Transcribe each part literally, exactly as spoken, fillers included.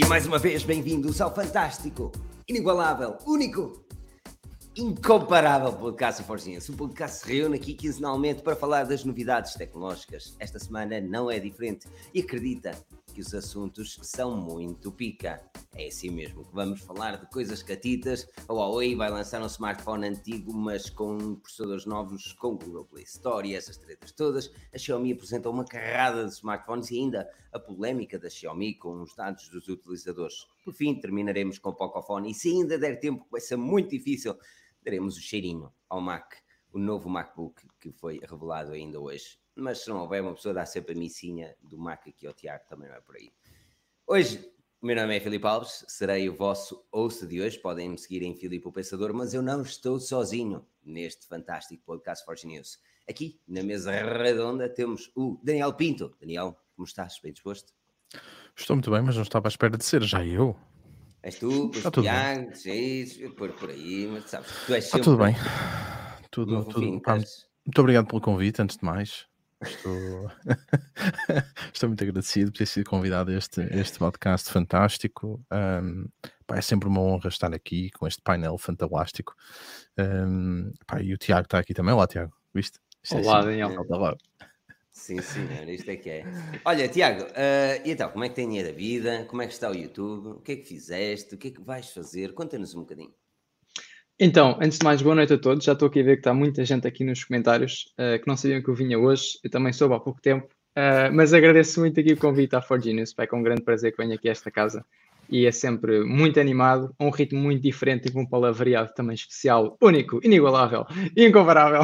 mais uma vez bem-vindos ao fantástico, inigualável, único, incomparável podcast Forginense. O podcast se reúne aqui quinzenalmente para falar das novidades tecnológicas. Esta semana não é diferente e acredita que os assuntos são muito pica. É assim mesmo que vamos falar de coisas catitas. A Huawei vai lançar um smartphone antigo, mas com processadores novos, com Google Play Store e essas tretas todas. A Xiaomi apresenta uma carrada de smartphones e ainda a polémica da Xiaomi com os dados dos utilizadores. Por fim, terminaremos com o Pocophone e se ainda der tempo, que vai ser muito difícil, daremos o cheirinho ao Mac, o novo MacBook que foi revelado ainda hoje. Mas se não houver uma pessoa, dá sempre a missinha do Mac aqui ao Tiago, também não é por aí. Hoje, o meu nome é Filipe Alves, serei o vosso host de hoje. Podem me seguir em Filipe o Pensador, mas eu não estou sozinho neste fantástico podcast Forge News. Aqui, na mesa redonda, temos o Daniel Pinto. Daniel, como estás? Bem disposto? Estou muito bem, mas não estava à espera de ser já eu. És tu, Está o tudo Tiago, Jesus, por, por aí, mas sabes que tu és sempre... Está tudo bem. Tudo, Meu tudo. fofinho, Pá, estás... muito obrigado pelo convite, antes de mais. Estou, Estou muito agradecido por ter sido convidado a este, este podcast fantástico. Um, pá, é sempre uma honra estar aqui com este painel fantástico. Um, pá, e o Tiago está aqui também. Olá, Tiago. Viste? Isto é Olá, assim, Daniel. salta logo. Sim, senhor, isto é que é. Olha, Tiago, uh, e então, como é que tem ido a vida? Como é que está o YouTube? O que é que fizeste? O que é que vais fazer? Conta-nos um bocadinho. Então, antes de mais, boa noite a todos. Já estou aqui a ver que está muita gente aqui nos comentários uh, que não sabiam que eu vinha hoje. Eu também soube há pouco tempo, uh, mas agradeço muito aqui o convite à Forge News. É com um grande prazer que venho aqui a esta casa e é sempre muito animado, um ritmo muito diferente e com um palavreado também especial, único, inigualável, incomparável.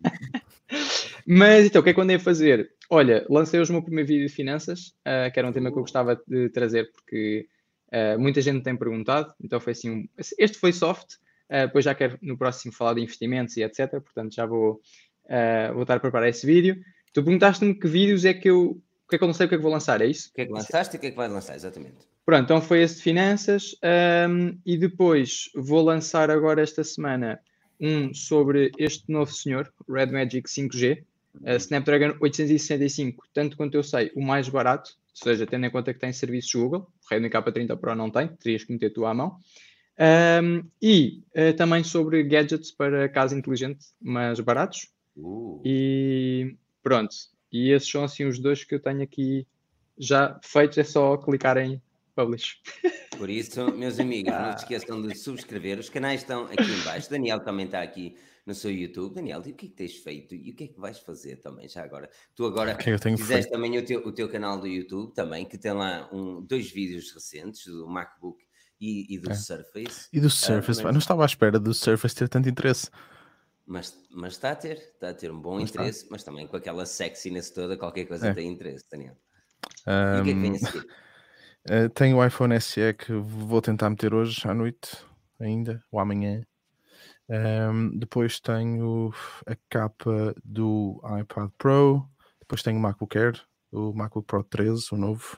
Mas então, o que é que eu andei a fazer? Olha, lancei hoje o meu primeiro vídeo de finanças, uh, que era um tema que eu gostava de trazer porque uh, muita gente tem perguntado, então foi assim, um... este foi soft, uh, depois já quero no próximo falar de investimentos e etcétera, portanto já vou, uh, vou estar a preparar esse vídeo. Tu perguntaste-me que vídeos é que eu, o que é que eu não sei o que é que vou lançar, é isso? O que é que lançaste e o que é que vais lançar, exatamente? Pronto, então foi esse de finanças, um, e depois vou lançar agora esta semana um sobre este novo senhor, Red Magic cinco G, uh, Snapdragon oitocentos e sessenta e cinco, tanto quanto eu sei, o mais barato, ou seja, tendo em conta que tem serviços Google, o Redmi K trinta Pro não tem, terias que meter tu à mão, um, e uh, também sobre gadgets para casa inteligente, mas baratos, Uh. e pronto, e esses são assim os dois que eu tenho aqui já feitos, é só clicar em publish. Por isso, meus amigos, não se esqueçam de subscrever. Os canais estão aqui em baixo. Daniel também está aqui no seu YouTube. Daniel, e o que é que tens feito? E o que é que vais fazer também já agora? Tu agora que eu tenho fizeste feito? também o teu, o teu canal do YouTube também, que tem lá um, dois vídeos recentes do MacBook e, e do É. Surface. E do Surface, uh, pá, não estava à espera do Surface ter tanto interesse. Mas, mas está a ter, está a ter um bom Mas interesse, mas também com aquela sexiness toda, qualquer coisa É. tem interesse, Daniel. Um, E o que é que vem a seguir? Uh, tenho o iPhone S E que vou tentar meter hoje à noite ainda, ou amanhã. Um, depois tenho a capa do iPad Pro. Depois tenho o MacBook Air, o MacBook Pro treze, o novo.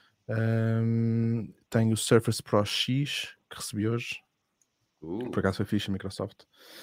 Um, tenho o Surface Pro X, que recebi hoje. Uh. Por acaso foi fixe a Microsoft.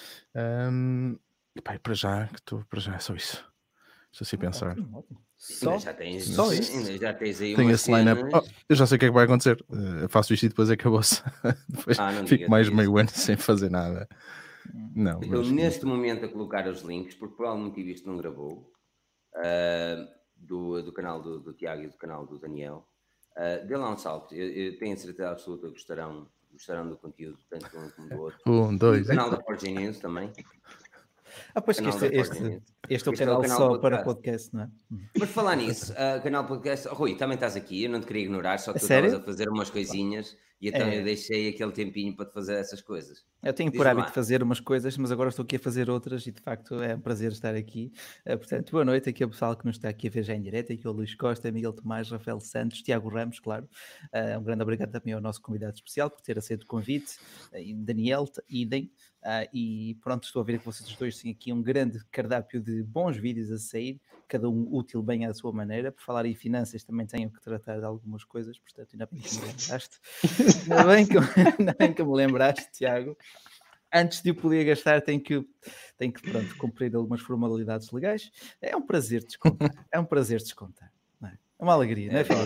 Um, e pá, para já, que tô, para já é só isso. Estou assim a pensar. Ótimo, ótimo. Só, já tens, só isso. ainda já tens aí Tenho umas esse line-up. cenas... Oh, eu já sei o que é que vai acontecer. Uh, faço isto e depois acabou-se. Depois Ah, não fico digas mais isso. meio ano sem fazer nada. Não, Eu mas, neste momento a colocar os links, porque por algum motivo isto não gravou, uh, do, do canal do, do Tiago e do canal do Daniel. Uh, dê lá um salto, eu, eu tenho certeza absoluta que gostarão, gostarão do conteúdo, tanto um como do outro. Um, dois. E o canal da Forge News também. Ah, pois que Canal este, da este, Forge News. este é o Este é o canal canal só podcast. para podcast, não é? Mas falar nisso, uh, canal podcast, Rui, também estás aqui, eu não te queria ignorar, só que A tu sério? estavas a fazer umas coisinhas e então É. eu deixei aquele tempinho para te fazer essas coisas. Eu tenho Diz por hábito lá. de fazer umas coisas, mas agora estou aqui a fazer outras e de facto é um prazer estar aqui. Uh, portanto, boa noite aqui ao pessoal que nos está aqui a ver já em direto, aqui o Luís Costa, Miguel Tomás, Rafael Santos, Tiago Ramos, claro. Uh, um grande obrigado também ao nosso convidado especial por ter aceito o convite, uh, Daniel, idem. Uh, e pronto, estou a ver que vocês dois têm aqui um grande cardápio de bons vídeos a sair, cada um útil bem à sua maneira. Por falar em finanças também tenho que tratar de algumas coisas, portanto ainda bem que me lembraste. ainda, bem que, ainda bem que me lembraste, Tiago. Antes de o poder gastar tenho que, tenho que pronto, cumprir algumas formalidades legais. É um prazer descontar, é um prazer descontar. Não é? É uma alegria, não é, Filipe?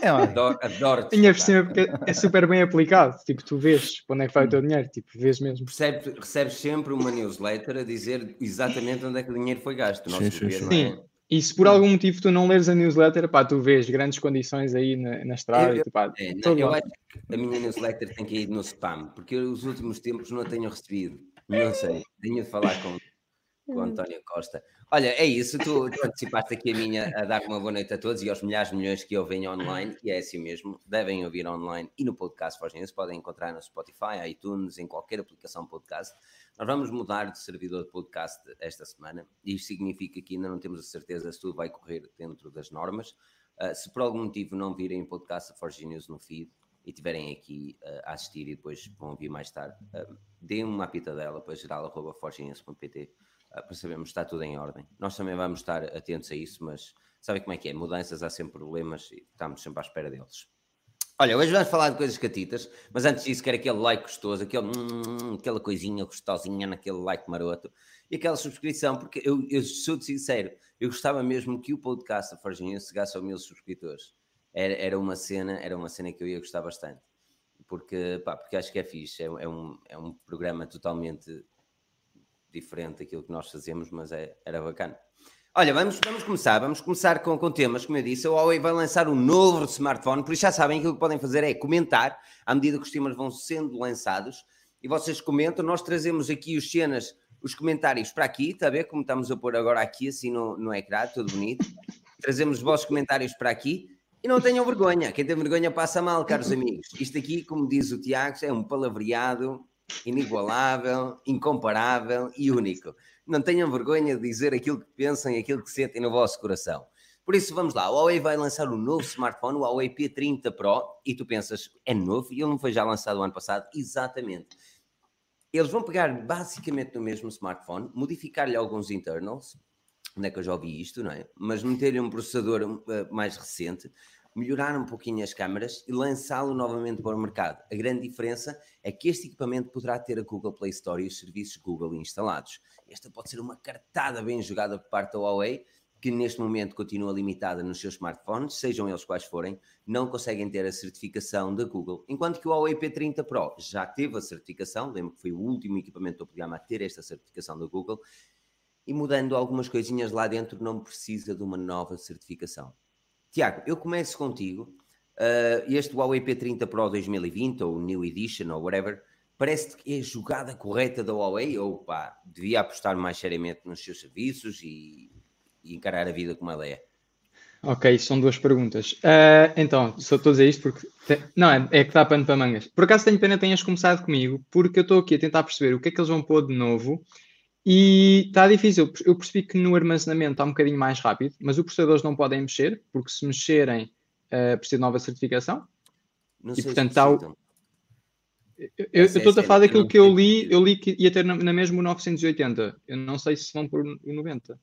É, olha, Adoro, adoro Ainda por desfrutar. cima, porque é super bem aplicado. Tipo, tu vês para onde é que vai o teu dinheiro. Tipo, vês mesmo. Recebes, recebes sempre uma newsletter a dizer exatamente onde é que o dinheiro foi gasto. O nosso Sim, sim, governo sim. é... Sim. E se por algum motivo tu não leres a newsletter, pá, tu vês grandes condições aí na, na estrada. Eu, E eu, tu, pá, é, não, todo eu lado. acho que a minha newsletter tem que ir no spam, porque eu, os últimos tempos não a tenho recebido. Não sei, tenho de falar com, com o António Costa. Olha, é isso, tu, tu antecipaste aqui a minha a dar uma boa noite a todos e aos milhares de milhões que ouvem online, e é assim mesmo, devem ouvir online e no podcast Forginense, podem encontrar no Spotify, iTunes, em qualquer aplicação podcast. Nós vamos mudar de servidor de podcast esta semana, e isto significa que ainda não temos a certeza se tudo vai correr dentro das normas. Uh, se por algum motivo não virem o podcast Forge News no feed e estiverem aqui uh, a assistir e depois vão ouvir mais tarde, uh, deem uma pitadela para geral arroba forginense ponto pt uh, para sabermos que está tudo em ordem. Nós também vamos estar atentos a isso, mas sabem como é que é? Mudanças, há sempre problemas e estamos sempre à espera deles. Olha, hoje vamos falar de coisas catitas, mas antes disso quero aquele like gostoso, aquele, hum, aquela coisinha gostosinha naquele like maroto e aquela subscrição, porque eu, eu sou sincero, eu gostava mesmo que o podcast da Forginense chegasse aos mil subscritores. Era, era, uma cena, era uma cena que eu ia gostar bastante, porque, pá, porque acho que é fixe, é, é, um, é um programa totalmente diferente daquilo que nós fazemos, mas é, era bacana. Olha, vamos, vamos começar, vamos começar com, com temas, como eu disse, a Huawei vai lançar um novo smartphone, por isso já sabem, aquilo que podem fazer é comentar, à medida que os temas vão sendo lançados, e vocês comentam, nós trazemos aqui os cenas, os comentários para aqui, está a ver como estamos a pôr agora aqui, assim no, no ecrã, tudo bonito, trazemos os vossos comentários para aqui, e não tenham vergonha, quem tem vergonha passa mal, caros amigos, isto aqui, como diz o Tiago, é um palavreado inigualável, incomparável e único. Não tenham vergonha de dizer aquilo que pensam e aquilo que sentem no vosso coração. Por isso, vamos lá. O Huawei vai lançar um novo smartphone, o Huawei P trinta Pro, e tu pensas, é novo? E ele não foi já lançado o ano passado? Exatamente. Eles vão pegar basicamente no mesmo smartphone, modificar-lhe alguns internals, onde é que eu já ouvi isto, não é? Mas meter-lhe um processador uh, mais recente, melhorar um pouquinho as câmaras e lançá-lo novamente para o mercado. A grande diferença é que este equipamento poderá ter a Google Play Store e os serviços Google instalados. Esta pode ser uma cartada bem jogada por parte da Huawei, que neste momento continua limitada nos seus smartphones, sejam eles quais forem, não conseguem ter a certificação da Google. Enquanto que o Huawei P trinta Pro já teve a certificação, lembro que foi o último equipamento do programa a ter esta certificação da Google, e mudando algumas coisinhas lá dentro não precisa de uma nova certificação. Tiago, eu começo contigo. Uh, este Huawei P trinta Pro dois mil e vinte, ou New Edition, ou whatever, parece que é a jogada correta da Huawei, ou pá, devia apostar mais seriamente nos seus serviços e, e encarar a vida como ela é? Ok, são duas perguntas. Uh, então, só estou a dizer isto porque... Te... Não, é, é que dá pano para mangas. Por acaso tenho pena que tenhas começado comigo, porque eu estou aqui a tentar perceber o que é que eles vão pôr de novo. E está difícil, eu percebi que no armazenamento está um bocadinho mais rápido, mas os processadores não podem mexer, porque se mexerem uh, precisa de nova certificação. Não e sei portanto se está o... Eu estou a falar daquilo que eu li, eu li que ia ter na, na mesma o novecentos e oitenta. Eu não sei se vão por o noventa.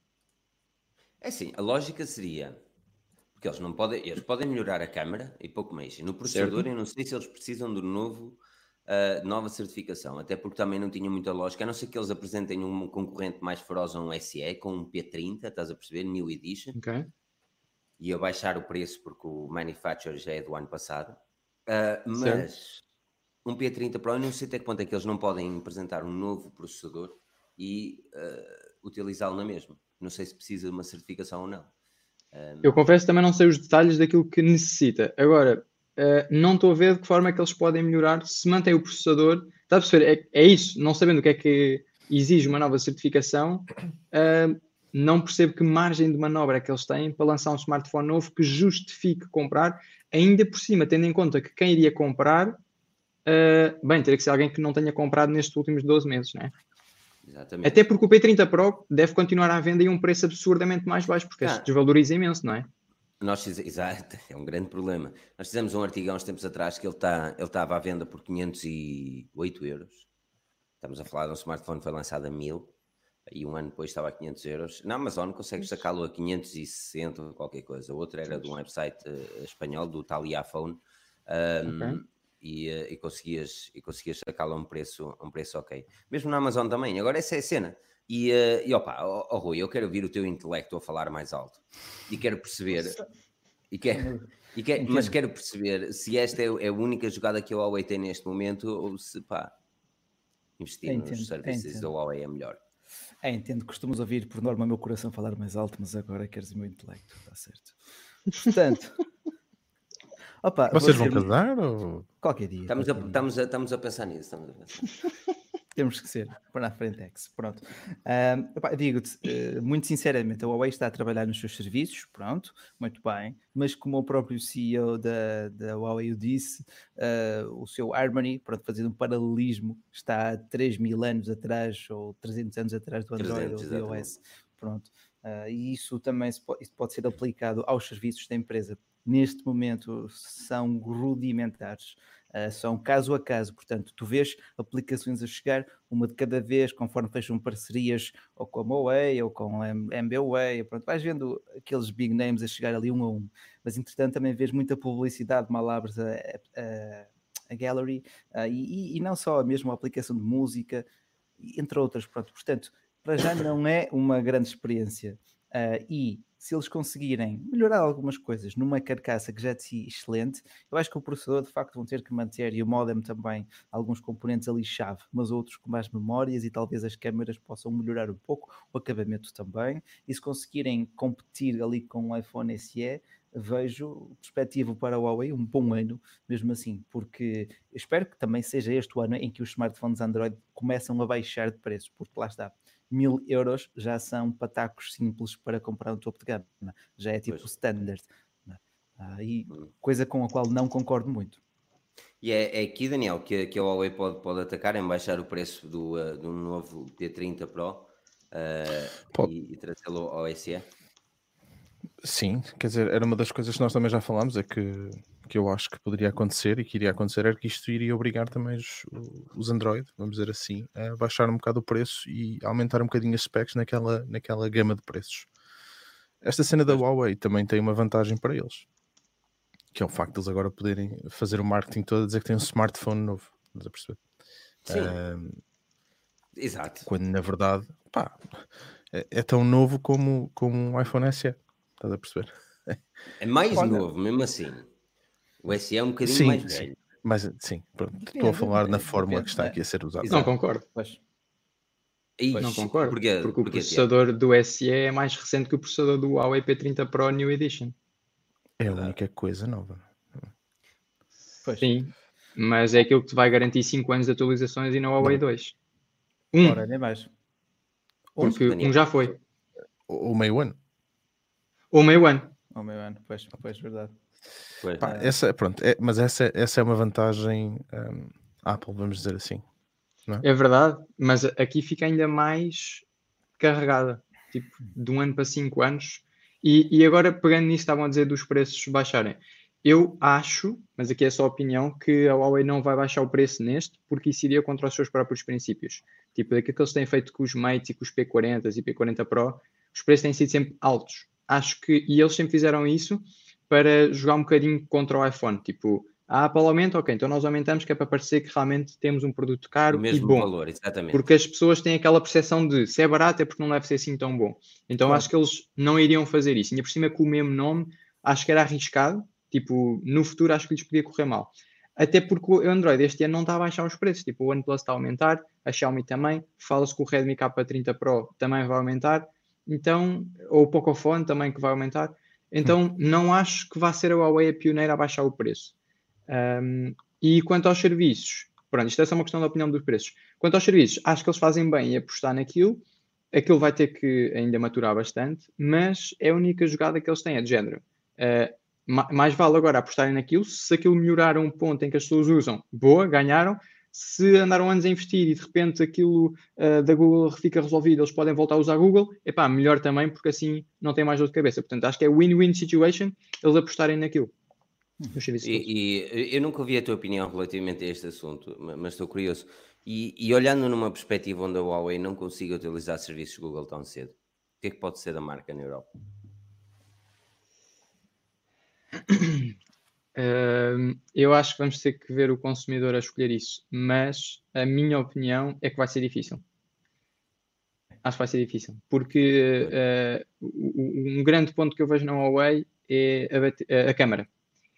É assim, a lógica seria, porque eles não podem, eles podem melhorar a câmera e pouco mais. No processador certo. Eu não sei se eles precisam de novo Uh, nova certificação, até porque também não tinha muita lógica, a não ser que eles apresentem um concorrente mais feroz a um S E com um P trinta, estás a perceber, New Edition, okay. E a baixar o preço porque o manufacturer já é do ano passado, uh, mas certo. Um P trinta Pro, eu não sei até que ponto é que eles não podem apresentar um novo processador e uh, utilizá-lo na mesma, não sei se precisa de uma certificação ou não. Um... Eu confesso também não sei os detalhes daquilo que necessita. Agora, Uh, não estou a ver de que forma é que eles podem melhorar se mantém o processador. Está a perceber? É, é isso, não sabendo o que é que exige uma nova certificação, uh, não percebo que margem de manobra é que eles têm para lançar um smartphone novo que justifique comprar, ainda por cima, tendo em conta que quem iria comprar, uh, bem, teria que ser alguém que não tenha comprado nestes últimos doze meses, não é? Exatamente. Até porque o P trinta Pro deve continuar à venda em um preço absurdamente mais baixo, porque ah. desvaloriza imenso, não é? Nós fizemos, exato, é um grande problema. Nós fizemos um artigo há uns tempos atrás que ele está ele estava à venda por quinhentos e oito euros. Estamos a falar de um smartphone que foi lançado a mil e um ano depois estava a quinhentos euros. Na Amazon consegues sacá-lo a quinhentos e sessenta ou qualquer coisa. O outro era de um website uh, espanhol, do Taliafone, um, okay. e, uh, e conseguias, e conseguias sacá-lo a um preço, um preço ok. Mesmo na Amazon também. Agora essa é a cena. E, uh, e opa, oh, oh, Rui, eu quero ouvir o teu intelecto a falar mais alto e quero perceber e quero, E que, mas quero perceber se esta é, é a única jogada que a Huawei tem neste momento ou se, pá, investir Entendo, nos serviços entendo. da Huawei é melhor. É, entendo, costumas ouvir por norma o meu coração falar mais alto, mas agora queres o meu intelecto, está certo. Portanto, opa, Vocês vou vão ser- casar ou... qualquer dia. Estamos a, qualquer dia. estamos, a, estamos a pensar nisso. Estamos a pensar. Temos que ser, para na frente ex, pronto. Ahm, epá, digo-te, eh, muito sinceramente, a Huawei está a trabalhar nos seus serviços, pronto, muito bem, mas como o próprio C E O da, da Huawei o disse, eh, o seu Harmony, pronto, fazendo um paralelismo, está há três mil anos atrás, ou trezentos anos atrás do Android trezentos, ou do exatamente. iOS, pronto. Ah, e isso também se pode, isso pode ser aplicado aos serviços da empresa. Neste momento são rudimentares, uh, são caso a caso, portanto tu vês aplicações a chegar uma de cada vez, conforme fecham parcerias ou com a Huawei ou com a M B W A, pronto, vais vendo aqueles big names a chegar ali um a um, mas entretanto também vês muita publicidade, mal abres a, a, a Gallery, uh, e, e não só, mesmo a aplicação de música, entre outras, pronto, portanto para já não é uma grande experiência. Uh, e se eles conseguirem melhorar algumas coisas numa carcaça que já de si excelente, eu acho que o processador de facto vão ter que manter, e o modem também, alguns componentes ali chave, mas outros com mais memórias, e talvez as câmeras possam melhorar um pouco, o acabamento também, e se conseguirem competir ali com o iPhone S E, vejo perspectiva para o Huawei um bom ano, mesmo assim, porque eu espero que também seja este o ano em que os smartphones Android começam a baixar de preço, porque lá está, mil euros já são patacos simples para comprar um topo de gama, já é tipo Pois. standard, ah, e Hum. coisa com a qual não concordo muito. E é, é aqui, Daniel, que, que a Huawei pode, pode atacar em baixar o preço do, uh, do novo P trinta Pro uh, Pode. e, e trazê-lo ao S E. Sim, quer dizer, era uma das coisas que nós também já falámos, é que, que eu acho que poderia acontecer e que iria acontecer, era que isto iria obrigar também os, os Android, vamos dizer assim, a baixar um bocado o preço e aumentar um bocadinho as specs naquela, naquela gama de preços. Esta cena da Huawei também tem uma vantagem para eles, que é o facto de eles agora poderem fazer o marketing todo a dizer que tem um smartphone novo, estás a perceber? Sim, Ahm, exato. quando na verdade, pá, é, é tão novo como, como um iPhone S E, estás a perceber? É mais Olha- novo, mesmo assim. O S E é um bocadinho Sim, mais sim. velho. Mas sim, pronto, Depende, estou a falar na é, fórmula depende, que está é. aqui a ser usada. Não Exato. concordo. Pois, Ixi, Não concordo. Porquê? Porque o Porquê, Tiago? processador do S E é mais recente que o processador do Huawei P trinta Pro New Edition. É a Verdade. única coisa nova. pois. Sim, mas é aquilo que te vai garantir cinco anos de atualizações e na Huawei Não. dois. Um, Ora, nem mais. porque Daniel. um já foi. O, o meio ano. Ou meio ano. Oh meu ano, pois, pois, verdade. Pois. Pá, Ah. essa, pronto, é, mas essa, essa é uma vantagem um, Apple, vamos dizer assim. É verdade, mas aqui fica ainda mais carregada. Tipo, de um ano para cinco anos. E, e agora, pegando nisso, estavam a dizer dos preços baixarem. Eu acho, mas aqui é só opinião, que a Huawei não vai baixar o preço neste, porque isso iria contra os seus próprios princípios. Tipo, daquilo que eles têm feito com os Mate e com os P quarenta e P quarenta Pro, os preços têm sido sempre altos. Acho que, e eles sempre fizeram isso para jogar um bocadinho contra o iPhone. Tipo, a Apple aumenta, ok, então nós aumentamos, que é para parecer que realmente temos um produto O caro e mesmo bom. valor, exatamente. Porque as pessoas têm aquela percepção de se é barato é porque não deve ser assim tão bom. Então Claro. acho que eles não iriam fazer isso. Ainda por cima com o mesmo nome, acho que era arriscado. Tipo, no futuro acho que lhes podia correr mal. Até porque o Android este ano não está a baixar os preços. Tipo, o OnePlus está a aumentar, a Xiaomi também. Fala-se que o Redmi K trinta Pro também vai aumentar. Então, ou o Pocophone também que vai aumentar. Então, não acho que vá ser a Huawei a pioneira a baixar o preço. Um, e quanto aos serviços, pronto, isto é só uma questão da opinião dos preços. Quanto aos serviços, acho que eles fazem bem em apostar naquilo. Aquilo vai ter que ainda maturar bastante, mas é a única jogada que eles têm, é de género. Uh, ma- mais vale agora apostarem naquilo. Se aquilo melhorar a um ponto em que as pessoas usam, boa, ganharam. Se andaram anos a investir e de repente aquilo uh, da Google fica resolvido, eles podem voltar a usar Google, epá, melhor também, porque assim não tem mais dor de cabeça. Portanto, acho que é win-win situation eles apostarem naquilo. Nos serviços todos. E, e eu nunca ouvi a tua opinião relativamente a este assunto, ma- mas estou curioso. E, e olhando numa perspectiva onde a Huawei não consiga utilizar serviços Google tão cedo, o que é que pode ser da marca na Europa? Uh, eu acho que vamos ter que ver o consumidor a escolher isso, mas a minha opinião é que vai ser difícil. Acho que vai ser difícil, porque uh, um grande ponto que eu vejo na Huawei é a, bate- a câmara.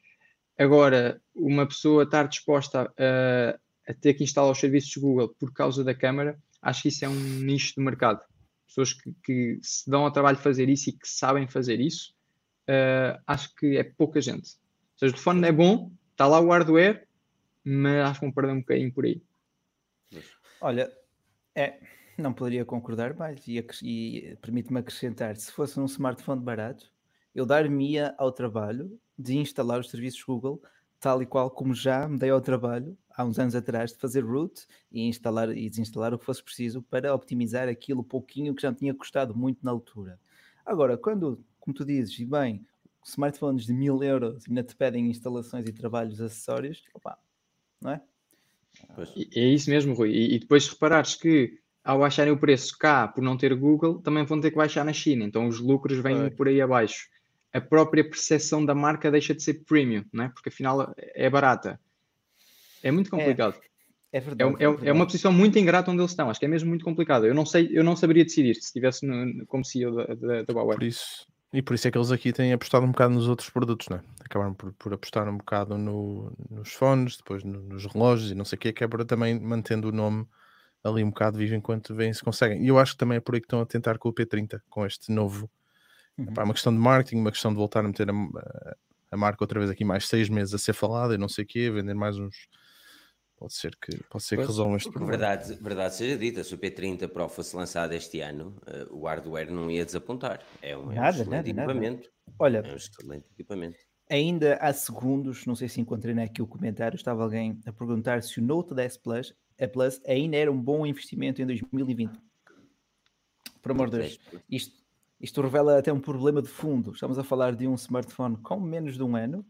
Agora, uma pessoa estar disposta a, a ter que instalar os serviços de Google por causa da câmara, acho que isso é um nicho de mercado. Pessoas que, que se dão ao trabalho de fazer isso e que sabem fazer isso, uh, acho que é pouca gente. Ou seja, o telefone é bom, está lá o hardware, mas acho que vão perder um bocadinho por aí. Olha, é, não poderia concordar mais e, e permite-me acrescentar, se fosse um smartphone barato, eu dar-me-ia ao trabalho de instalar os serviços Google, tal e qual como já me dei ao trabalho há uns anos atrás de fazer root e instalar e desinstalar o que fosse preciso para optimizar aquilo pouquinho que já me tinha custado muito na altura. Agora, quando, como tu dizes, e bem, smartphones de mil euros ainda te pedem instalações e trabalhos acessórios, opa, não é? É isso mesmo, Rui. E, e depois reparares que ao baixarem o preço cá por não ter Google, também vão ter que baixar na China. Então os lucros vêm é. por aí abaixo. A própria percepção da marca deixa de ser premium, não é? Porque afinal é barata. É muito complicado. É, é verdade. É, é, é, verdade. É uma posição muito ingrata onde eles estão. Acho que é mesmo muito complicado. Eu não sei, eu não saberia decidir se estivesse no, como C E O da, da, da Huawei. Por isso, e por isso é que eles aqui têm apostado um bocado nos outros produtos, não é? Acabaram por, por apostar um bocado no, nos fones, depois no, nos relógios e não sei o que, que é para também mantendo o nome ali um bocado vivo enquanto vêm se conseguem. E eu acho que também é por aí que estão a tentar com o P trinta, com este novo. Uhum. Epá, uma questão de marketing, uma questão de voltar a meter a, a marca outra vez aqui mais seis meses a ser falada e não sei o quê, vender mais uns. Pode ser que, pode ser que resolvam este problema. Verdade, verdade seja dita, se o P trinta Pro fosse lançado este ano, uh, o hardware não ia desapontar. É um, nada, é um excelente nada, equipamento. Nada. Olha, é um excelente equipamento. Ainda há segundos, não sei se encontrei aqui o comentário, estava alguém a perguntar se o Note dez Plus, a Plus ainda era um bom investimento em dois mil e vinte. Por amor de Deus, isto, isto revela até um problema de fundo. Estamos a falar de um smartphone com menos de um ano,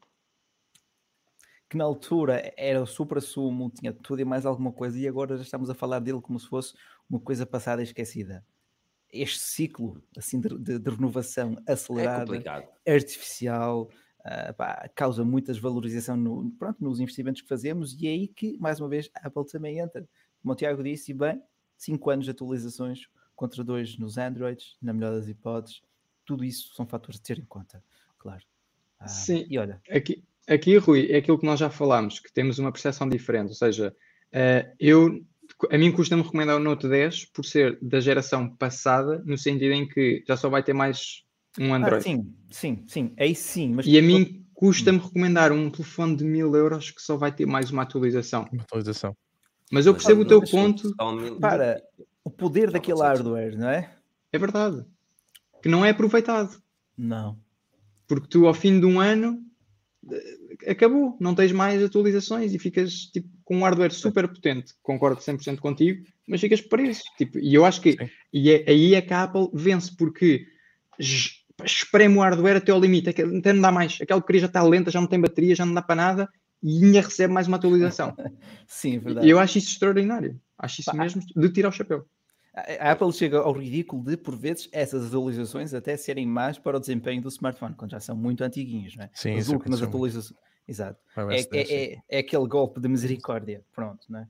que na altura era o supra-sumo, tinha tudo e mais alguma coisa, e agora já estamos a falar dele como se fosse uma coisa passada e esquecida. Este ciclo assim, de, de, de renovação acelerada, é artificial, uh, pá, causa muita desvalorização no, pronto, nos investimentos que fazemos, e é aí que, mais uma vez, a Apple também entra. Como o Tiago disse, e bem, cinco anos de atualizações contra dois nos Androids, na melhor das hipóteses, tudo isso são fatores de ter em conta, claro. Uh, Sim, e olha... Aqui... Aqui, Rui, é aquilo que nós já falámos, que temos uma percepção diferente, ou seja, uh, eu, a mim custa-me recomendar o Note dez por ser da geração passada, no sentido em que já só vai ter mais um Android. Ah, sim, sim, sim, aí sim. Mas e a mim custa-me recomendar um telefone de mil euros que só vai ter mais uma atualização. Uma atualização. Mas eu percebo mas, o teu ponto. Para o poder daquele hardware, não é? É verdade. Que não é aproveitado. Não. Porque tu, ao fim de um ano... acabou, não tens mais atualizações e ficas tipo, com um hardware super potente, concordo cem por cento contigo, mas ficas preso, tipo, e eu acho que e é, aí é que a Apple vence, porque espreme o hardware até ao limite, até não dá mais, aquela porcaria já está lenta, já não tem bateria, já não dá para nada e ainda recebe mais uma atualização. Sim, é verdade. E eu acho isso extraordinário, acho isso Pá. mesmo de tirar o chapéu. A Apple chega ao ridículo de, por vezes, essas atualizações até serem más para o desempenho do smartphone, quando já são muito antiguinhos, não é? Sim, as últimas atualizações. Exato. É, é, é, é aquele golpe de misericórdia. Pronto, não é?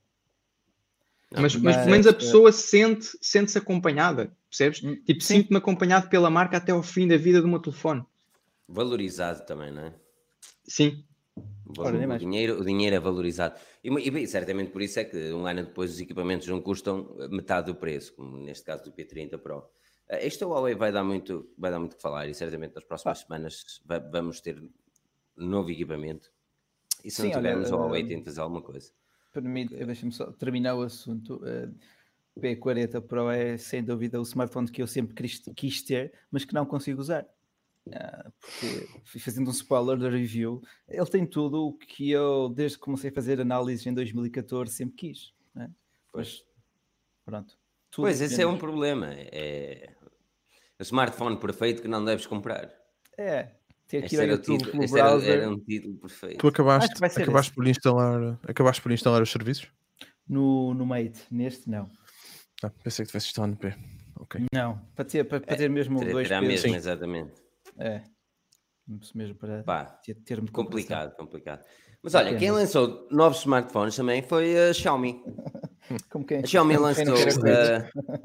Não, mas, mas pelo menos a pessoa sente, sente-se acompanhada, percebes? Hum, tipo, sinto-me acompanhado pela marca até ao fim da vida do meu telefone. Valorizado também, não é? Sim. O, Ora, o, dinheiro, o dinheiro é valorizado. E, e certamente por isso é que um ano depois os equipamentos não custam metade do preço, como neste caso do P trinta Pro. Uh, este Huawei vai dar muito vai dar muito que falar e certamente nas próximas ah. semanas vai, vamos ter novo equipamento. E se Sim, não tivermos, o Huawei uh, tem de fazer alguma coisa. Permite, deixa-me só terminar o assunto. Uh, o P quarenta Pro é sem dúvida o smartphone que eu sempre quis, quis ter, mas que não consigo usar. Uh, porque fui fazendo um spoiler da review, ele tem tudo o que eu desde que comecei a fazer análises em dois mil e catorze sempre quis, né? Pois pronto, tudo pois esse é um problema, é o smartphone perfeito que não deves comprar, é ter que ir ao YouTube pelo browser. Era, era um título perfeito. Tu acabaste, acabaste por instalar acabaste por instalar os serviços? No, no Mate, neste não. Ah, pensei que tivesse instalado no P. Okay. Não, para ter, para, para ter é, mesmo ter, dois terá mesmo, exatamente. É, mesmo para Pá, ter complicado, complicado. Mas olha, quem lançou novos smartphones também foi a Xiaomi. Como quem? A Xiaomi lançou. Uh,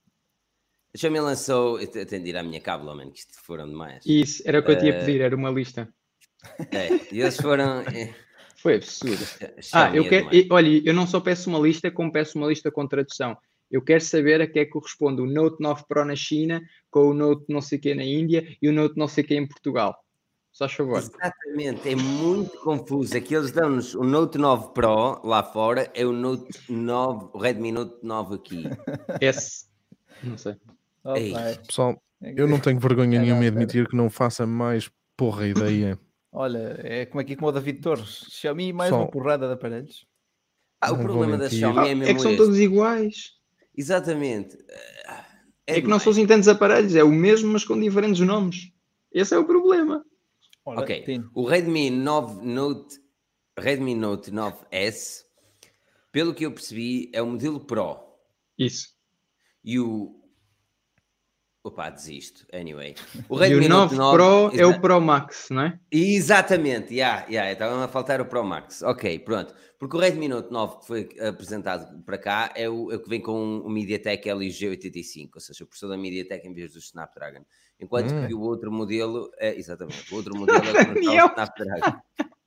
a Xiaomi lançou. Eu tenho de ir à minha cábula, mano, que isto foram demais. Isso, era o que eu te ia pedir, era uma lista. É, e eles foram. É, Foi absurdo. Ah, Xiaomi eu é quero. demais. e- Olha, eu não só peço uma lista, como peço uma lista com tradução. Eu quero saber a que é que corresponde o Note nove Pro na China, com o Note não sei o que na Índia e o Note não sei o que em Portugal. Só favor. Exatamente, é muito confuso. Aqui eles dão-nos o Note nove Pro lá fora, é o Note nove, o Redmi Note nove aqui. Esse. Não sei. Oh, Ei. pai. Pessoal, É eu não tenho vergonha É, nenhuma em não, admitir que não faça mais porra ideia. Olha, é como aqui como o David Torres. Xiaomi mais Só- uma porrada de aparelhos. Ah, o Não vou problema da mentir. Xiaomi Ah, é é mesmo que são este. todos iguais. Exatamente. É, que não demais. são assim tantos aparelhos, é o mesmo, mas com diferentes nomes. Esse é o problema. Olha, Ok, tem. o Redmi nove Note, Redmi Note nove S, pelo que eu percebi, é o modelo Pro. Isso. E o... Opa, desisto. Anyway. O E Redmi o Note nove nove... Pro é exa- o Pro Max, não é? Exatamente, yeah, yeah, estava a faltar o Pro Max. Ok, pronto. Porque o Redmi Note nove que foi apresentado para cá é o, é o que vem com o MediaTek Helio G oitenta e cinco, ou seja, o processador da MediaTek em vez do Snapdragon. Enquanto Hum. que o outro modelo é, exatamente, o outro modelo é que não está o Snapdragon.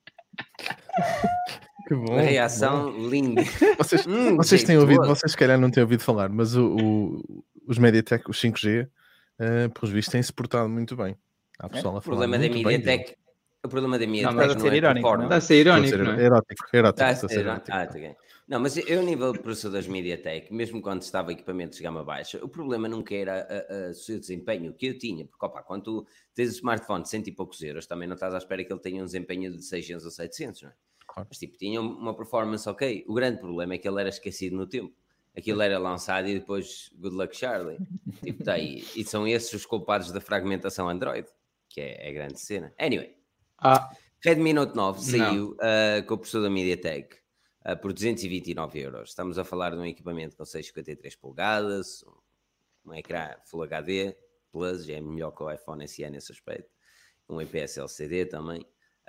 Que bom. Uma reação linda. Vocês, Hum, vocês têm ouvido, jeitoso. vocês se calhar não têm ouvido falar, mas o, o- os MediaTek, os cinco G, uh, pelos vistos, têm-se portado muito bem. Há pessoal a O falar problema da muito bem dele. MediaTek, o problema da mas MediaTek está a não, ser é irónico, não? Está a performance. ser Estou a irónico, ser não é? erótico, erótico, Está a estou a ser ser, erótico. ah, tá bem. Não, mas eu, a nível de processadores MediaTek, mesmo quando estava equipamentos de gama baixa, o problema nunca era a- a- o seu desempenho, que eu tinha, porque opa, quando tu tens o smartphone de cento e poucos euros, também não estás à espera que ele tenha um desempenho de seiscentos ou setecentos, não é? Claro. Mas tipo, tinha uma performance ok. O grande problema é que ele era esquecido no tempo. Aquilo era lançado e depois good luck Charlie. Tipo, tá aí. E são esses os culpados da fragmentação Android, que é, é a grande cena. Anyway, Ah, Redmi Note nove saiu uh, com o processador da MediaTek uh, por duzentos e vinte e nove euros. Estamos a falar de um equipamento com seiscentos e cinquenta e três polegadas, um, um ecrã Full H D Plus, já é melhor que o iPhone S E nesse aspecto, um I P S L C D também.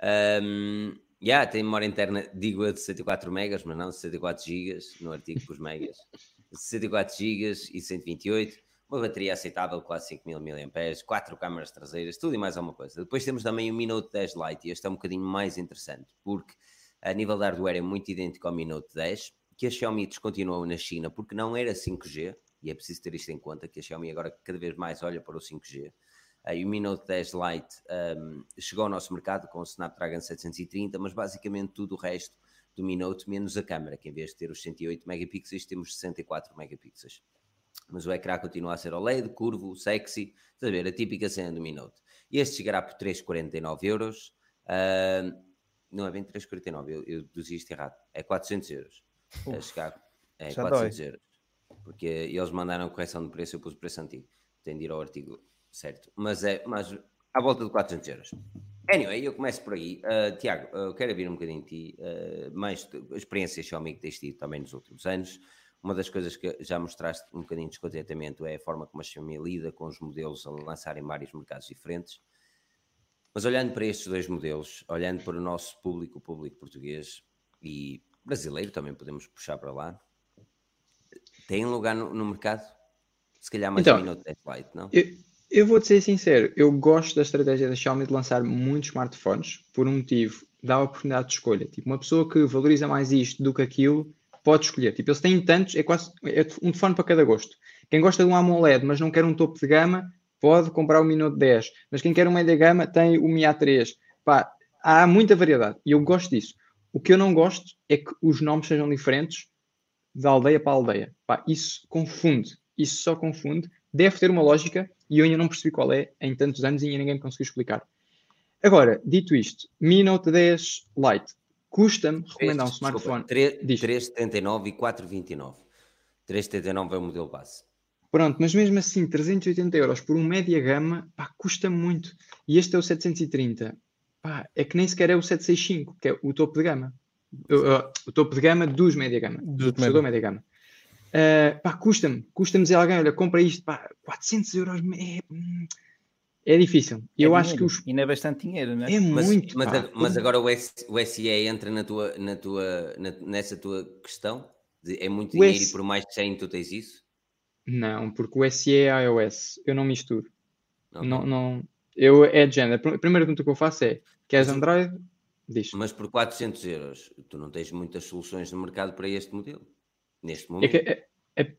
Um, yeah, tem memória interna, digo eu, de sessenta e quatro megas, mas não, sessenta e quatro gigas, no artigo pus megas. sessenta e quatro gigas e cento e vinte e oito. Uma bateria aceitável, quase cinco mil miliampères-hora, quatro câmaras traseiras, tudo e mais alguma coisa. Depois temos também o Mi Note dez Lite, e este é um bocadinho mais interessante, porque a nível de hardware é muito idêntico ao Mi Note dez, que a Xiaomi descontinuou na China porque não era cinco G, e é preciso ter isto em conta, que a Xiaomi agora cada vez mais olha para o cinco G. Uh, e o Mi Note dez Lite um, chegou ao nosso mercado com o Snapdragon setecentos e trinta, mas basicamente tudo o resto do Mi Note, menos a câmera, que em vez de ter os cento e oito megapixels, temos sessenta e quatro megapixels. Mas o ecrã continua a ser O L E D, curvo, sexy, estás a ver, a típica cena do Mi Note. Este chegará por trezentos e quarenta e nove euros. Uh, não é bem trezentos e quarenta e nove, eu, eu deduzi isto errado. É quatrocentos euros. Uf, é, chegar, é já quatrocentos dói. euros. Porque eles mandaram correção de preço, eu pus o preço antigo. Tem de ir ao artigo certo. Mas é mas à volta de quatrocentos euros. Anyway, eu começo por aí. Uh, Tiago, eu quero ouvir um bocadinho de ti. Uh, mais a experiência Xiaomi que tens tido também nos últimos anos. Uma das coisas que já mostraste um bocadinho de descontentamento é a forma como a Xiaomi lida com os modelos a lançarem vários mercados diferentes. Mas olhando para estes dois modelos, olhando para o nosso público, o público português e brasileiro, também podemos puxar para lá, tem lugar no, no mercado? Se calhar mais Então, um Mi Note dez Lite, não? eu, eu vou-te ser sincero, eu gosto da estratégia da Xiaomi de lançar muitos smartphones por um motivo, dá a oportunidade de escolha. Tipo, uma pessoa que valoriza mais isto do que aquilo, pode escolher. Tipo, eles têm tantos, é quase é um telefone para cada gosto. Quem gosta de um AMOLED, mas não quer um topo de gama, pode comprar o Mi Note dez. Mas quem quer um média gama, tem o Mi A três. Pá, há muita variedade e eu gosto disso. O que eu não gosto é que os nomes sejam diferentes de aldeia para aldeia. Pá, isso confunde. Isso só confunde. Deve ter uma lógica e eu ainda não percebi qual é em tantos anos e ainda ninguém me conseguiu explicar. Agora, dito isto, Mi Note dez Lite custa-me recomendar um smartphone. trezentos e setenta e nove e quatrocentos e vinte e nove. trezentos e setenta e nove é o modelo base. Pronto, mas mesmo assim, trezentos e oitenta euros por um média gama, pá, custa muito. E este é o setecentos e trinta. Pá, é que nem sequer é o setecentos e sessenta e cinco, que é o topo de gama. O, o, o topo de gama dos média gama. Do processador média gama. Uh, pá, custa-me. Custa-me dizer a alguém, olha, compra isto, pá, quatrocentos euros. É, é difícil. É eu acho dinheiro. que os... E não é bastante dinheiro, não é? É Mas, muito, mas, pá. mas agora o, S, o S E entra na tua, na tua, na, nessa tua questão? De, é muito O dinheiro S... e por mais que cem tu tens isso? Não, porque o S E é iOS. Eu não misturo. Okay. Não, não... Eu, é de género. A primeira pergunta que eu faço é, Queres Android? Diz. Mas por quatrocentos euros, tu não tens muitas soluções no mercado para este modelo, neste É momento. que, é, é...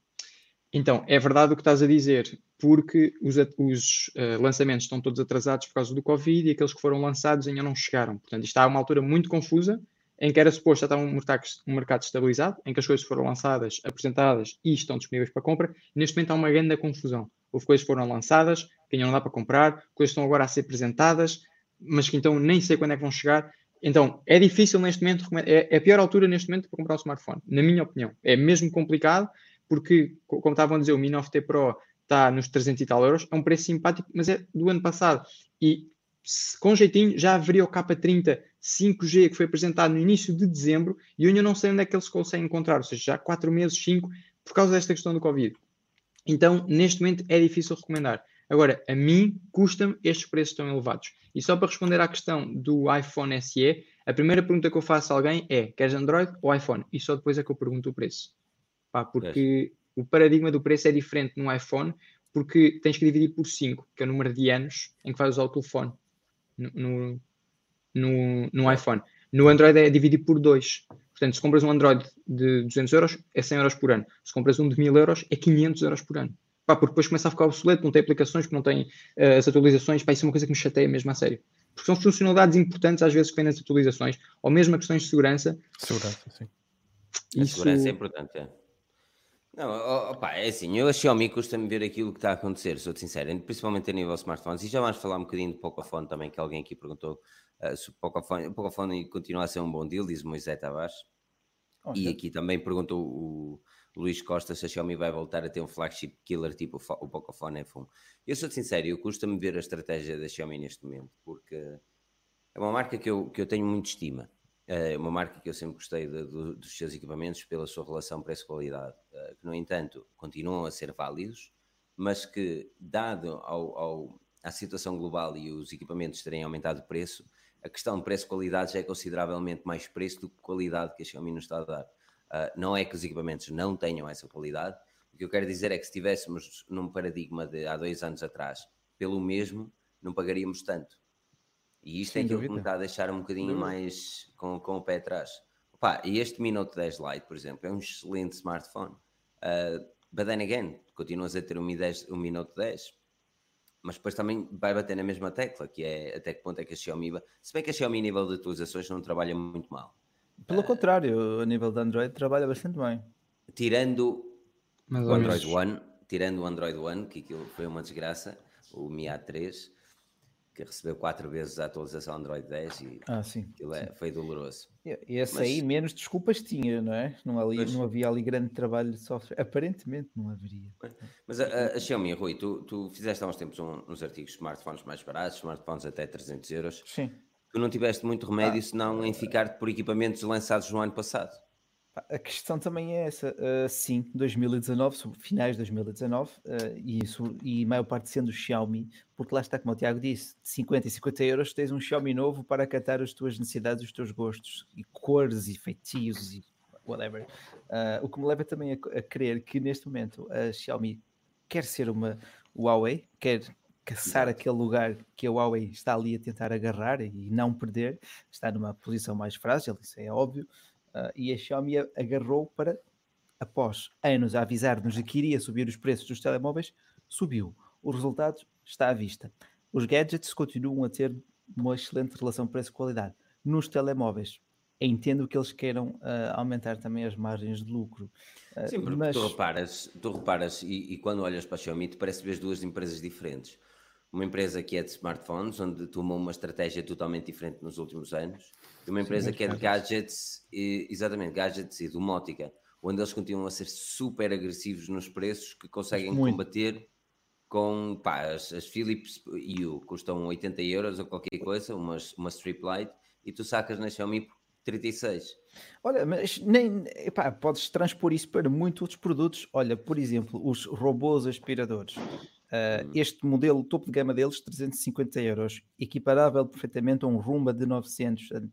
Então, é verdade o que estás a dizer, porque os, os uh, lançamentos estão todos atrasados por causa do Covid e aqueles que foram lançados ainda não chegaram. Portanto, isto está a uma altura muito confusa, em que era suposto já estar um mercado, um mercado estabilizado, em que as coisas foram lançadas, apresentadas e estão disponíveis para compra. Neste momento há uma grande confusão. Houve coisas que foram lançadas, que ainda não dá para comprar, coisas que estão agora a ser apresentadas, mas que então nem sei quando é que vão chegar. Então, é difícil neste momento, é, é a pior altura neste momento para comprar um smartphone, na minha opinião. É mesmo complicado, porque, como estavam a dizer, o Mi nove T Pro está nos trezentos e tal euros, é um preço simpático, mas é do ano passado. E, se, com jeitinho, já haveria o K trinta cinco G que foi apresentado no início de dezembro e eu ainda não sei onde é que eles conseguem encontrar, ou seja, já há quatro meses, cinco, por causa desta questão do Covid. Então, neste momento, é difícil recomendar. Agora, a mim, custa-me estes preços tão elevados. E só para responder à questão do iPhone S E, a primeira pergunta que eu faço a alguém é: queres Android ou iPhone? E só depois é que eu pergunto o preço. Pá, porque é. O paradigma do preço é diferente no iPhone, porque tens que dividir por cinco, que é o número de anos em que vais usar o telefone no, no, no, no é. iPhone. No Android é dividido por dois. Portanto, se compras um Android de duzentos euros, é cem euros por ano. Se compras um de mil euros, é quinhentos euros por ano. Pá, porque depois começa a ficar obsoleto, não tem aplicações, que não tem uh, as atualizações. Pá, isso é uma coisa que me chateia mesmo a sério. Porque são funcionalidades importantes às vezes que vêm nas atualizações, ou mesmo a questões de segurança. Segurança, sim. Isso... A segurança é importante, é. Não, opa, é assim, eu a Xiaomi custa-me ver aquilo que está a acontecer, sou-te sincero, principalmente a nível de smartphones, e já vamos falar um bocadinho do Pocophone também, que alguém aqui perguntou uh, se o Pocophone, o Pocophone continua a ser um bom deal, diz o Moisés Tavares, okay. E aqui também perguntou o Luís Costa se a Xiaomi vai voltar a ter um flagship killer tipo o Pocophone F um. Eu sou-te sincero, eu custa-me ver a estratégia da Xiaomi neste momento, porque é uma marca que eu, que eu tenho muito estima. É uma marca que eu sempre gostei de, de, dos seus equipamentos pela sua relação preço-qualidade, que no entanto continuam a ser válidos, mas que dado ao, ao, à situação global e os equipamentos terem aumentado de preço, a questão de preço-qualidade já é consideravelmente mais preço do que qualidade que a Xiaomi nos está a dar. Uh, não é que os equipamentos não tenham essa qualidade, o que eu quero dizer é que se estivéssemos num paradigma de há dois anos atrás, pelo mesmo, não pagaríamos tanto. E isto Sem é aquilo dúvida. Que me está a deixar um bocadinho Não. mais com, com o pé atrás. Opa, e este Mi Note dez Lite, por exemplo, é um excelente smartphone. Uh, but then again, continuas a ter um Mi, dez, um Mi Note dez, mas depois também vai bater na mesma tecla, que é até que ponto é que a Xiaomi... Se bem que a Xiaomi, a nível de atualizações, não trabalha muito mal. Pelo uh, contrário, a nível de Android, trabalha bastante bem. Tirando mas o Android One, tirando o Android One, que aquilo foi uma desgraça, o Mi A três... que recebeu quatro vezes a atualização Android dez e ah, sim, aquilo é, foi doloroso. E esse Mas, aí menos desculpas tinha, não é? Não, ali, mas, não havia ali grande trabalho de software. Aparentemente não haveria. Mas a, a Xiaomi, Rui, tu, tu fizeste há uns tempos um, uns artigos de smartphones mais baratos, smartphones até trezentos euros. Sim. Tu não tiveste muito remédio ah, senão em ficar por equipamentos lançados no ano passado. A questão também é essa, uh, sim, dois mil e dezanove, finais de dois mil e dezanove, uh, e, isso, e a maior parte sendo o Xiaomi, porque lá está, como o Tiago disse, de cinquenta e cinquenta euros tens um Xiaomi novo para acatar as tuas necessidades, os teus gostos, e cores, e feitios, e whatever. Uh, o que me leva também a, a crer que neste momento a Xiaomi quer ser uma Huawei, quer caçar Exato. Aquele lugar que a Huawei está ali a tentar agarrar e não perder, está numa posição mais frágil, isso é óbvio. Uh, e a Xiaomi agarrou para, após anos a avisar-nos de que iria subir os preços dos telemóveis, subiu. O resultado está à vista. Os gadgets continuam a ter uma excelente relação preço-qualidade. Nos telemóveis, entendo que eles queiram uh, aumentar também as margens de lucro. Uh, Sim, porque mas... tu reparas, tu reparas e, e quando olhas para a Xiaomi, te parece ver duas empresas diferentes. Uma empresa que é de smartphones, onde tomou uma estratégia totalmente diferente nos últimos anos, e uma empresa Sim, que é de gadgets, e, exatamente, gadgets e domótica, onde eles continuam a ser super agressivos nos preços, que conseguem Muito. combater com, pá, as, as Philips Hue custam oitenta euros ou qualquer coisa, uma, uma strip light, e tu sacas na Xiaomi por trinta e seis. Olha, mas nem, epá, podes transpor isso para muitos outros produtos. Olha, por exemplo, os robôs aspiradores. Uh, este modelo, topo de gama deles, trezentos e cinquenta euros, equiparável perfeitamente a um Roomba de novecentos. Uh,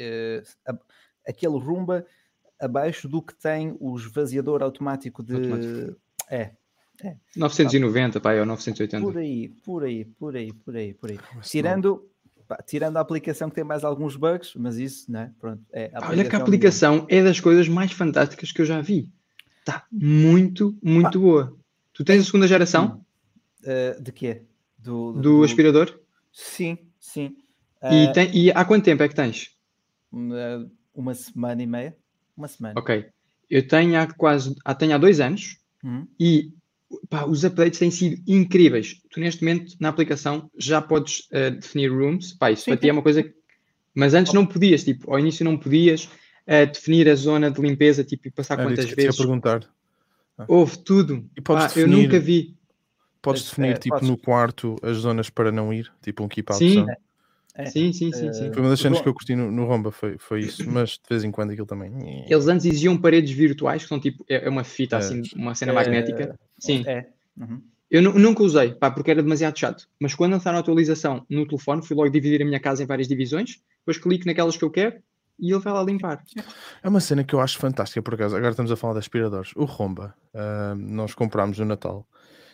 uh, aquele Roomba abaixo do que tem o esvaziador automático de... Automático. É, é. novecentos e noventa, pá, ou novecentos e oitenta. Por aí, por aí, por aí, por aí, por aí. Tirando, pá, tirando a aplicação que tem mais alguns bugs, mas isso, não é? Pronto, é a Olha que a aplicação aplicação é das coisas mais fantásticas que eu já vi. Está muito, muito boa. Tu tens a segunda geração uh, de quê? Do, do, do do- aspirador? Sim, sim. E, Uh, tem- e há quanto tempo é que tens? uma, uma semana e meia. Uma semana. Ok. Eu tenho há quase há, tenho há dois anos Uhum. e pá, os updates têm sido incríveis. Tu neste momento na aplicação já podes uh, definir rooms. Pá, isso Sim, para ti é sim. uma coisa que... Mas antes não podias, tipo, ao início não podias uh, definir a zona de limpeza, tipo, e passar Era quantas isso que eu te ia vezes. perguntar. Houve tudo. E podes Pá, eu definir- nunca vi. Podes Mas, definir, é, tipo, podes. no quarto as zonas para não ir, tipo um keep out Sim, zone. É, sim, sim, sim, uh, sim. Foi uma das cenas Bom, que eu curti no, no Romba, foi, foi isso. Mas de vez em quando aquilo também. Eles antes exigiam paredes virtuais, que são tipo, é é uma fita É. assim, uma cena É, magnética. Sim. É. Uhum. Eu nu- nunca usei, pá, porque era demasiado chato. Mas quando lançaram a atualização no telefone, fui logo dividir a minha casa em várias divisões, depois clico naquelas que eu quero e ele vai lá limpar. É uma cena que eu acho fantástica, por acaso. Agora estamos a falar de aspiradores. O Romba, ah, nós comprámos no Natal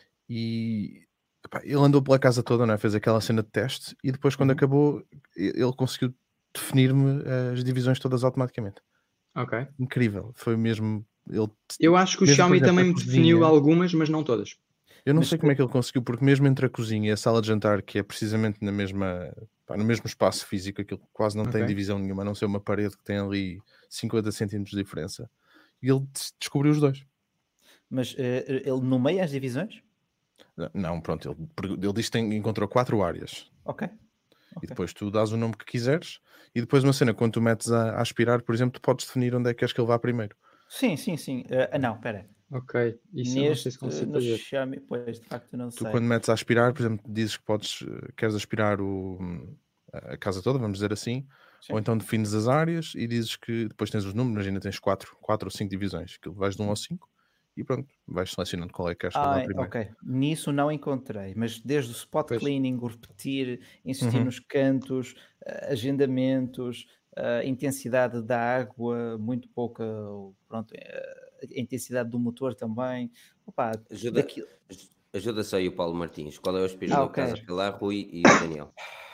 e epá, ele andou pela casa toda, não é? Fez aquela cena de teste e depois, quando Uhum. acabou, e- ele conseguiu definir-me as divisões todas automaticamente. Ok. Incrível. Foi mesmo. Ele, Eu acho que o mesmo, por Xiaomi exemplo, também a me cozinha- definiu algumas, mas não todas. Eu não Mas sei como é que ele conseguiu, porque mesmo entre a cozinha e a sala de jantar, que é precisamente na mesma, pá, no mesmo espaço físico, aquilo quase não tem Ok. divisão nenhuma, a não ser uma parede que tem ali cinquenta centímetros de diferença. E ele des- descobriu os dois. Mas eh, ele nomeia as divisões? Não, pronto, ele, pergu- ele diz que tem, encontrou quatro áreas. Ok. E Ok. depois tu dás o nome que quiseres. E depois uma cena, quando tu metes a, a aspirar, por exemplo, tu podes definir onde é que queres que ele vá primeiro. Sim, sim, sim. Eh, ah, não, espera. Ok. Isso eu não sei Neste, se consigo no fazer. Xiaomi, pois, de facto, não Tu sei. quando metes a aspirar, por exemplo, dizes que podes, eh, queres aspirar o, a casa toda, vamos dizer assim, Sim. ou então defines as áreas e dizes que depois tens os números, imagina, tens quatro, quatro ou cinco divisões, que vais de um ao cinco e pronto, vais selecionando qual é que queres que ele vá Ah, primeiro. ok. Nisso não encontrei, mas desde o spot Pois. cleaning, o repetir, insistir Uhum. nos cantos, eh, agendamentos, a intensidade da água, muito pouca, pronto, eh, a intensidade do motor também. Opa, Ajuda, daquilo- ajuda só aí o Paulo Martins. Qual é o aspirador Ah, ok. que estás a falar, Rui e o Daniel?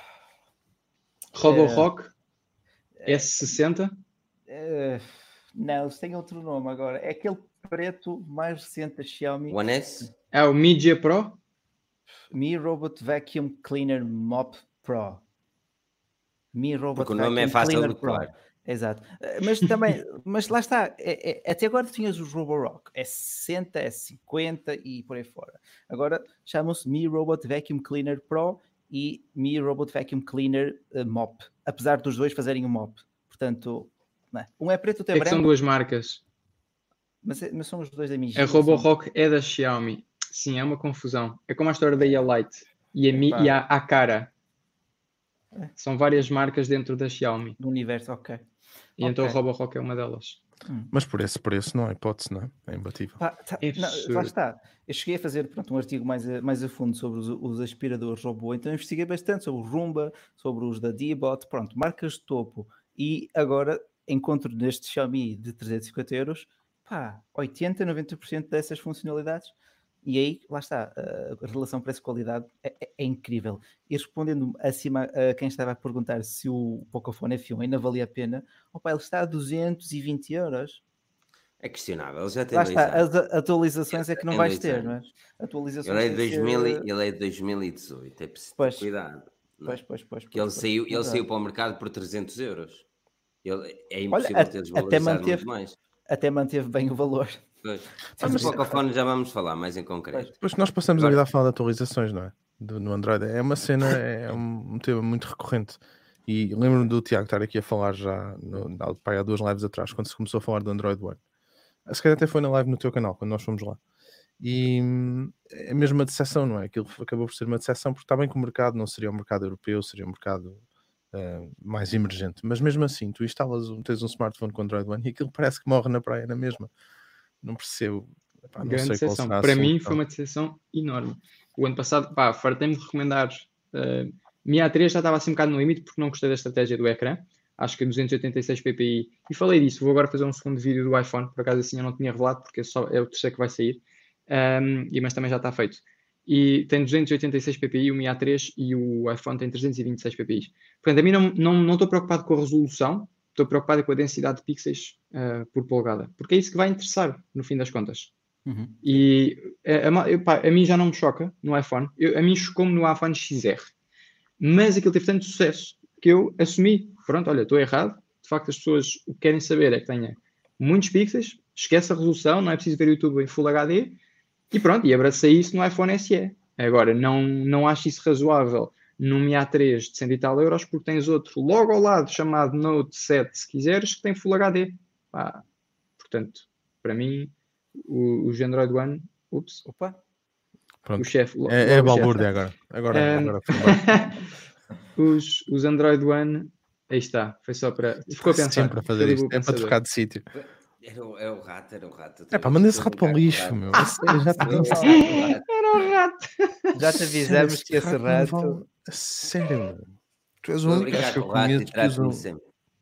Roborock S sessenta. eh, não, eles têm outro nome agora. É aquele preto mais recente da Xiaomi, One S? É o Media Pro. Mi Robot Vacuum Cleaner Mop Pro. Mi Robot Porque o nome é Vacuum fácil Cleaner de decorar. Pro. Exato. Eh, Mas também, mas lá está, é- é- até agora tinhas os Roborock, é sessenta, é cinquenta e por aí fora. Agora chamam-se Mi Robot Vacuum Cleaner Pro e Mi Robot Vacuum Cleaner eh, Mop, apesar dos dois fazerem o mop. Portanto, não é? Um é preto, outro é É que são branco, duas marcas. mas, é- mas são os dois da Mi. A Roborock é da Xiaomi. Sim, é uma confusão. É como a história da Light e a, Mi, Epá. e a, a Cara. É. São várias marcas dentro da Xiaomi. Do universo, ok. E então a Ok. Roborock é uma delas. Mas por esse preço não há hipótese, não é? É imbatível. Pá, tá- É não, absurdo. lá está. Eu cheguei a fazer pronto, um artigo mais a, mais a fundo sobre os, os aspiradores robô, então eu investiguei bastante sobre o Roomba, sobre os da D-Bot, pronto, marcas de topo. E agora encontro neste Xiaomi de trezentos e cinquenta euros, pá, oitenta, noventa por cento dessas funcionalidades. E aí, lá está, a relação preço-qualidade é, é- é incrível. E respondendo acima a quem estava a perguntar se o Pocophone F um ainda valia a pena, opa, ele está a duzentos e vinte euros. É questionável, ele já tem Lá dois está, anos. as a- atualizações é que não Tem vais dois ter, não é? anos. Atualizações Ele é, de têm que dois mil, e- ser- ele é de dois mil e dezoito, é preciso ter Pois. cuidado. não é? Pois, pois, pois. Que ele pois, saiu, pois, ele exato. saiu para o mercado por trezentos euros. Ele, é Olha, impossível a- ter até desvalorizado manteve, muito mais. até manteve bem o valor. Pois. Ah, Mas mas- o Pocophone já vamos falar mais em concreto. Depois que nós passamos Agora- a vida a falar de atualizações, não é? Do, no Android. É uma cena, é um, um tema muito recorrente. E lembro-me do Tiago estar aqui a falar já no, na- pá, há duas lives atrás, quando se começou a falar do Android One. Se calhar até foi na live no teu canal, quando nós fomos lá. E hum, é mesmo uma decepção, não é? Aquilo acabou por ser uma decepção, porque está bem que o mercado não seria um mercado europeu, seria um mercado uh, mais emergente. Mas mesmo assim, tu instalas, um- tens um smartphone com Android One e aquilo parece que morre na praia na mesma. Não percebo. Epá, não Grande sei qual decepção. será a Para mim solução. foi uma decepção enorme. O ano passado, pá, fartei-me de recomendar. Uh, Mi A três já estava assim um bocado no limite porque não gostei da estratégia do ecrã. Acho que duzentos e oitenta e seis p p i. E falei disso. Vou agora fazer um segundo vídeo do iPhone. Por acaso assim eu não tinha revelado porque é, só, é o terceiro que vai sair. Um, e, mas também já está feito. e tem duzentos e oitenta e seis P P I o Mi A três e o iPhone tem trezentos e vinte e seis P P I. Portanto, a mim não não não estou preocupado com a resolução, estou preocupado com a densidade de pixels uh, por polegada, porque é isso que vai interessar no fim das contas. Uhum. E a, a, epá, a mim já não me choca no iPhone, eu, a mim chocou-me no iPhone X R, mas aquilo teve tanto sucesso que eu assumi, pronto, olha, estou errado, de facto as pessoas o que querem saber é que tenha muitos pixels, esquece a resolução, não é preciso ver o YouTube em Full H D, e pronto, e abracei isso no iPhone S E. Agora, não, não acho isso razoável no Mi A três de cento e tal euros, porque tens outro logo ao lado chamado Note sete, se quiseres, que tem Full H D. Pá, portanto, para mim, o, os Android One, ups, Opa. o chefe. É, é balbúrdia agora. Agora, um, agora os, os Android One, aí está, foi só para. Ficou a pensar. Sempre a fazer isto, é para trocar de sítio. Era o, é o rato, era o rato. É pá, manda esse rato para o lixo, meu. Ah, sério, já te era o rato. Já te avisamos que esse rato. Vale... Sério, meu. Tu és o único que eu conheço que usam.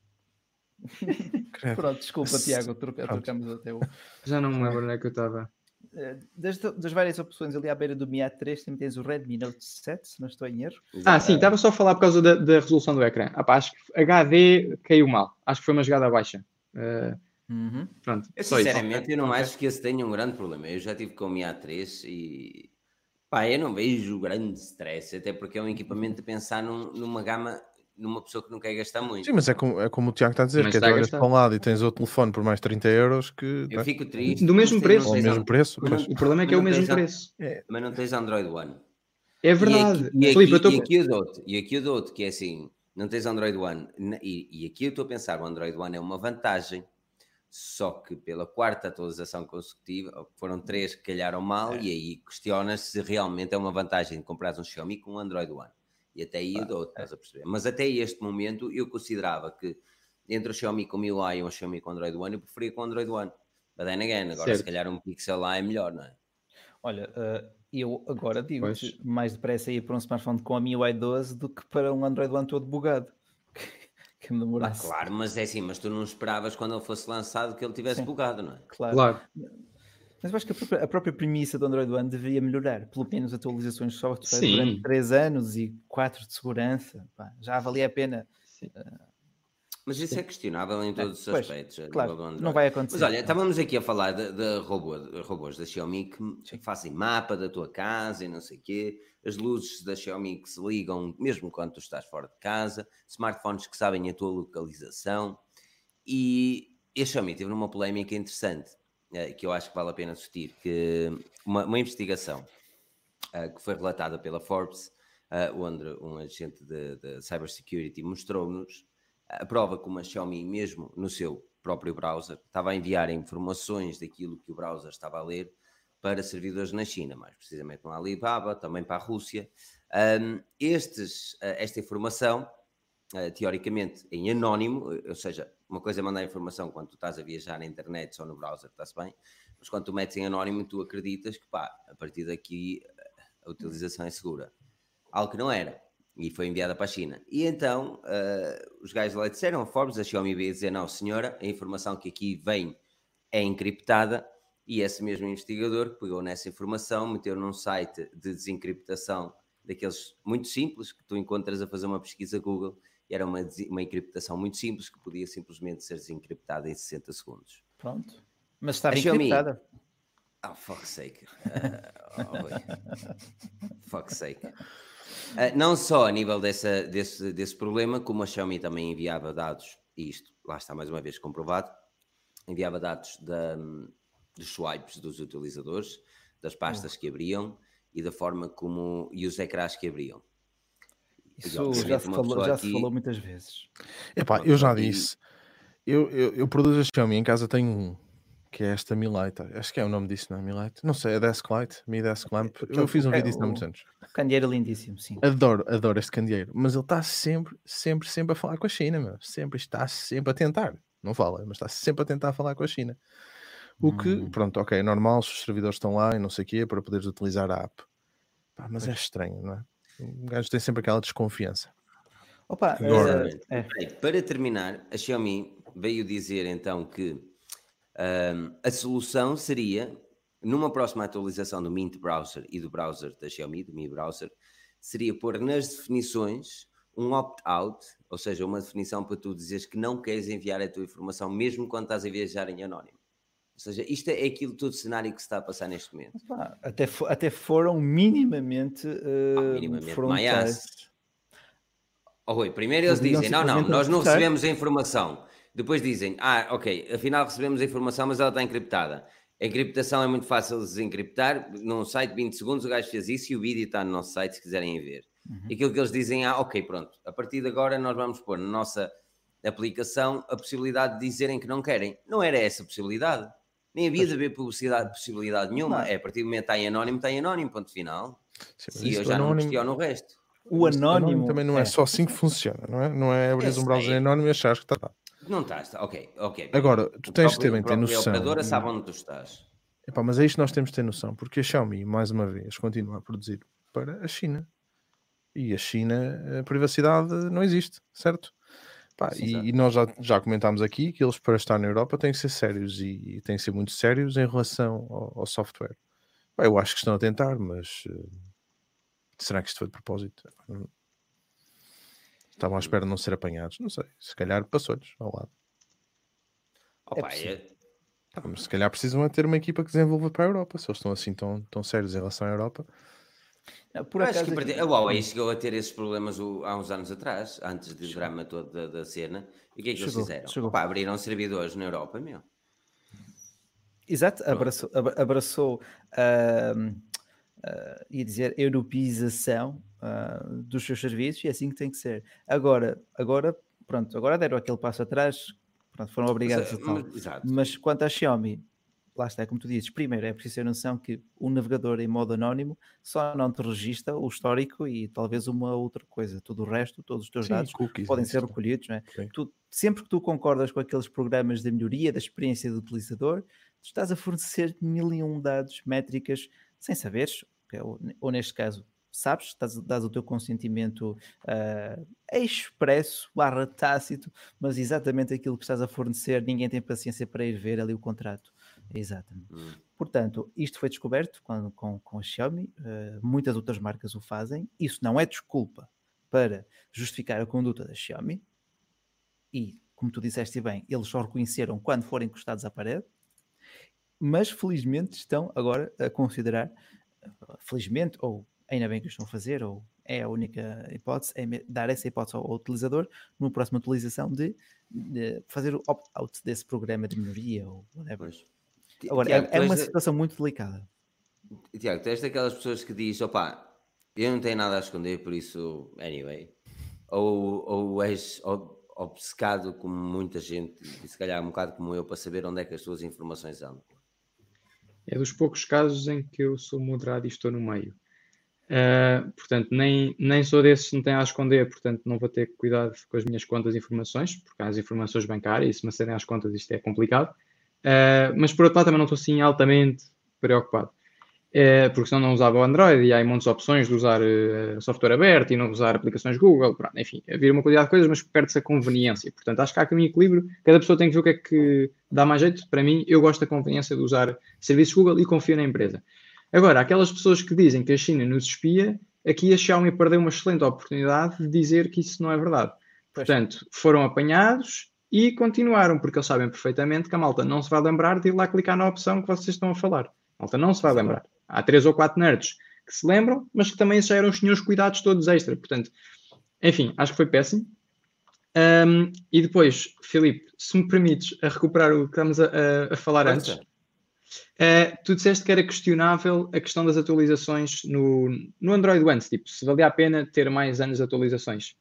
Pronto, desculpa, Tiago, troca, trocamos até o. Já não me lembro onde é que eu estava. Das, das várias opções ali à beira do Mi A três, também tens o Redmi Note sete, se não estou em erro. Ah, sim, estava só a falar por causa da, da resolução do ecrã. Ah, pá, acho que H D caiu mal. Acho que foi uma jogada baixa. Uh, uhum. Pronto, eu, sinceramente, eu não acho que esse tenha um grande problema. Eu já tive com o Mi A três e pá, eu não vejo grande stress, até porque é um equipamento de pensar num, numa gama, numa pessoa que não quer gastar muito. Sim, mas é como, é como o Tiago está a dizer, mas que é tu olhas para um lado e tens outro telefone por mais trinta euros que... Eu fico triste. Do mesmo preço. Ao mesmo preço. Mas, o problema é que é o mesmo preço. É. Mas não tens Android One. É verdade. E aqui, Filipe, e aqui, tô... e aqui eu dou-te, e aqui eu dou-te, que é assim, não tens Android One, e, e aqui eu estou a pensar, o Android One é uma vantagem, só que pela quarta atualização consecutiva, foram três que calharam mal, é. E aí questionas se realmente é uma vantagem de comprar um Xiaomi com um Android One. E até aí eu dou-te, estás a perceber. Mas até este momento eu considerava que entre o Xiaomi com M I U I e um Xiaomi com Android One, eu preferia com o Android One. But then again, agora certo. Se calhar um pixel lá é melhor, não é? Olha, uh, eu agora digo-te mais depressa ir para um smartphone com a M I U I doze do que para um Android One todo bugado. Que me demorasse. Ah, claro, mas é assim, mas tu não esperavas quando ele fosse lançado que ele tivesse Sim. bugado, não é? Claro. claro. Mas eu acho que a própria, a própria premissa do Android One deveria melhorar. Pelo menos atualizações de software Sim. durante três anos e quatro de segurança. Pá, já valia a pena. Uh, Mas isso Sim. é questionável em todos os pois, aspectos. Claro, não vai acontecer. Mas olha, estávamos aqui a falar de, de robô, de robôs da Xiaomi que Sim. fazem mapa da tua casa e não sei o quê, as luzes da Xiaomi que se ligam mesmo quando tu estás fora de casa, smartphones que sabem a tua localização, e a Xiaomi teve uma polémica interessante, que eu acho que vale a pena discutir, que uma, uma investigação que foi relatada pela Forbes, onde um agente de, de cybersecurity mostrou-nos a prova como a Xiaomi, mesmo no seu próprio browser, estava a enviar informações daquilo que o browser estava a ler para servidores na China, mais precisamente no Alibaba, também para a Rússia. Um, estes, esta informação, uh, teoricamente, em anónimo, ou seja, uma coisa é mandar informação quando tu estás a viajar na internet ou no browser, está-se bem, mas quando tu metes em anónimo, tu acreditas que, pá, a partir daqui a utilização é segura. Algo que não era. E foi enviada para a China. E então, uh, os gajos lá disseram, a Forbes, a Xiaomi veio dizer, não senhora, a informação que aqui vem é encriptada, e esse mesmo investigador que pegou nessa informação, meteu num site de desencriptação daqueles muito simples, que tu encontras a fazer uma pesquisa Google, e era uma, uma encriptação muito simples, que podia simplesmente ser desencriptada em sessenta segundos. Pronto. Mas estava encriptada. Oh, fuck's sake. Uh, oh, fuck's sake. Uh, não só a nível dessa, desse, desse problema, como a Xiaomi também enviava dados, e isto lá está mais uma vez comprovado, enviava dados da, dos swipes dos utilizadores, das pastas que abriam e da forma como e os ecrãs que abriam. Isso e, já, se falou, já aqui... se falou muitas vezes. Epá, eu já disse, eu, eu, eu produzo a Xiaomi, em casa tenho um, que é esta Mi Light, acho que é o nome disso, não é? Mi Light? Não sei, é Desk Light, Mi Desk Lamp. Eu fiz um vídeo disso há muitos anos. Candeeiro lindíssimo, sim. Adoro, adoro este candeeiro, mas ele está sempre, sempre, sempre a falar com a China, meu. Sempre, está sempre a tentar. Não fala, mas está sempre a tentar falar com a China. O hum. que, pronto, ok, é normal, se os servidores estão lá e não sei o quê, para poderes utilizar a app. Pá, mas pois. É estranho, não é? O gajo tem sempre aquela desconfiança. Opa, Agora, é. É. Para terminar, a Xiaomi veio dizer então que Um, a solução seria numa próxima atualização do Mint Browser e do browser da Xiaomi, do Mi Browser, seria pôr nas definições um opt-out, ou seja, uma definição para tu dizeres que não queres enviar a tua informação, mesmo quando estás a viajar em anónimo. Ou seja, isto é aquilo todo o cenário que se está a passar neste momento. Ah, até, até foram minimamente, uh, ah, minimamente frontais. Oh, Rui, primeiro eles dizem, não, não, nós não recebemos a informação. Depois dizem, ah, ok, afinal recebemos a informação, mas ela está encriptada. A encriptação é muito fácil de desencriptar. Num site de vinte segundos o gajo fez isso e o vídeo está no nosso site se quiserem ver. Uhum. E aquilo que eles dizem, ah, ok, pronto, a partir de agora nós vamos pôr na nossa aplicação a possibilidade de dizerem que não querem. Não era essa a possibilidade. Nem havia de haver publicidade, possibilidade nenhuma. Não. É, a partir do momento que está em anónimo, está em anónimo, ponto final. Sim, e eu já anónimo... não questiono o resto. O anónimo, anónimo também não é, é só assim que funciona, não é? Não é abrir um browser anónimo e achares que está lá. Não estás, ok, ok. Agora, tu tens de ter bem ter noção. A operadora sabe onde tu estás. Epá, mas é isto que nós temos de ter noção, porque a Xiaomi, mais uma vez, continua a produzir para a China. E a China, a privacidade não existe, certo? Pá, e, e nós já, já comentámos aqui que eles, para estar na Europa, têm que ser sérios e, e têm que ser muito sérios em relação ao, ao software. Pá, eu acho que estão a tentar, mas uh, será que isto foi de propósito? Estavam à espera de não ser apanhados, não sei. Se calhar passou-lhes ao lado. Opa, é ah, mas se calhar precisam ter uma equipa que desenvolva para a Europa. Se eles estão assim tão, tão sérios em relação à Europa. Não, por acaso, acho que aqui... a Huawei chegou a ter esses problemas há uns anos atrás, antes do drama todo da, da cena. E o que é que chegou, eles fizeram? Chegou. Opa, abriram servidores na Europa, meu. Exato, abraçou, abraçou uh, uh, ia dizer, europeização uh, dos seus serviços, e é assim que tem que ser. Agora, agora pronto, agora deram aquele passo atrás, pronto, foram obrigados mas, a tal. Mas, mas quanto à Xiaomi, lá está, como tu dizes, primeiro é preciso ter noção que o navegador em modo anónimo só não te registra o histórico e talvez uma outra coisa. Tudo o resto, todos os teus Sim, dados cookies, podem ser recolhidos. Não é? Tu, sempre que tu concordas com aqueles programas de melhoria da experiência do utilizador, tu estás a fornecer mil e um dados, métricas, sem saberes, ou, ou neste caso, sabes, estás, dás o teu consentimento uh, expresso, barra tácito, mas exatamente aquilo que estás a fornecer, ninguém tem paciência para ir ver ali o contrato. Exatamente. Hum. Portanto, isto foi descoberto com, com, com a Xiaomi, uh, muitas outras marcas o fazem. Isso não é desculpa para justificar a conduta da Xiaomi e, como tu disseste bem, eles só reconheceram quando forem encostados à parede, mas felizmente estão agora a considerar, felizmente, ou ainda bem que o estão a fazer, ou é a única hipótese, é dar essa hipótese ao, ao utilizador numa próxima atualização de, de fazer o opt-out desse programa de melhoria ou whatever. Pois. Agora, Tiago, é, é uma situação de... muito delicada. Tiago, tu és daquelas pessoas que dizem, opá, eu não tenho nada a esconder, por isso, anyway. Ou, ou és obcecado como muita gente, e se calhar um bocado como eu, para saber onde é que as tuas informações andam. É dos poucos casos em que eu sou moderado e estou no meio. Uh, portanto, nem, nem sou desses que não tenho a esconder, portanto não vou ter cuidado com as minhas contas e informações, porque há as informações bancárias e se me acedem às contas isto é complicado. Uh, mas por outro lado também não estou assim altamente preocupado, uh, porque senão não usava o Android e há montes de opções de usar uh, software aberto e não usar aplicações Google, pronto, enfim, havia uma quantidade de coisas, mas perde-se a conveniência. Portanto, acho que há aqui um equilíbrio, cada pessoa tem que ver o que é que dá mais jeito. Para mim, eu gosto da conveniência de usar serviços Google e confio na empresa. Agora, aquelas pessoas que dizem que a China nos espia, aqui a Xiaomi perdeu uma excelente oportunidade de dizer que isso não é verdade. Portanto, foram apanhados e continuaram, porque eles sabem perfeitamente que a malta não se vai lembrar de ir lá clicar na opção que vocês estão a falar. A malta não se vai lembrar. Há três ou quatro nerds que se lembram, mas que também já eram os senhores cuidados todos extra. Portanto, enfim, acho que foi péssimo. Um, e depois, Filipe, se me permites a recuperar o que estamos a, a, a falar Pode antes... Ser. Uh, tu disseste que era questionável a questão das atualizações no, no Android One, tipo, se valia a pena ter mais anos de atualizações.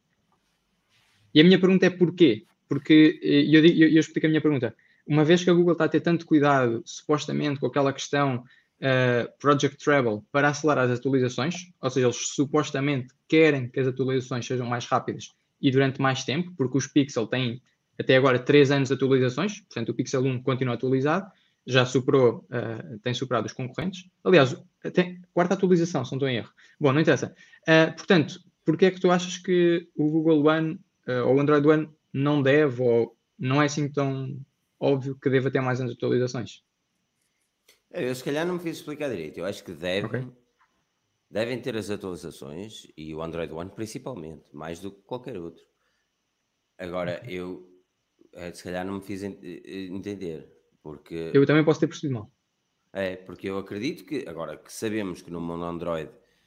E a minha pergunta é porquê? Porque, e eu, eu, eu explico a minha pergunta, uma vez que a Google está a ter tanto cuidado, supostamente, com aquela questão uh, Project Treble, para acelerar as atualizações, ou seja, eles supostamente querem que as atualizações sejam mais rápidas e durante mais tempo, porque os Pixel têm até agora três anos de atualizações, portanto o Pixel um continua atualizado, já superou, uh, tem superado os concorrentes. Aliás, tem quarta atualização, se não estou em erro. Bom, não interessa. Uh, portanto, porquê é que tu achas que o Google One uh, ou o Android One não deve ou não é assim tão óbvio que deva ter mais anos de atualizações? Eu se calhar não me fiz explicar direito. Eu acho que devem, Ok. devem ter as atualizações e o Android One principalmente, mais do que qualquer outro. Agora, eu eh, se calhar não me fiz en- eh, entender, porque Eu também posso ter percebido mal. é, porque eu acredito que, agora que sabemos que no mundo Android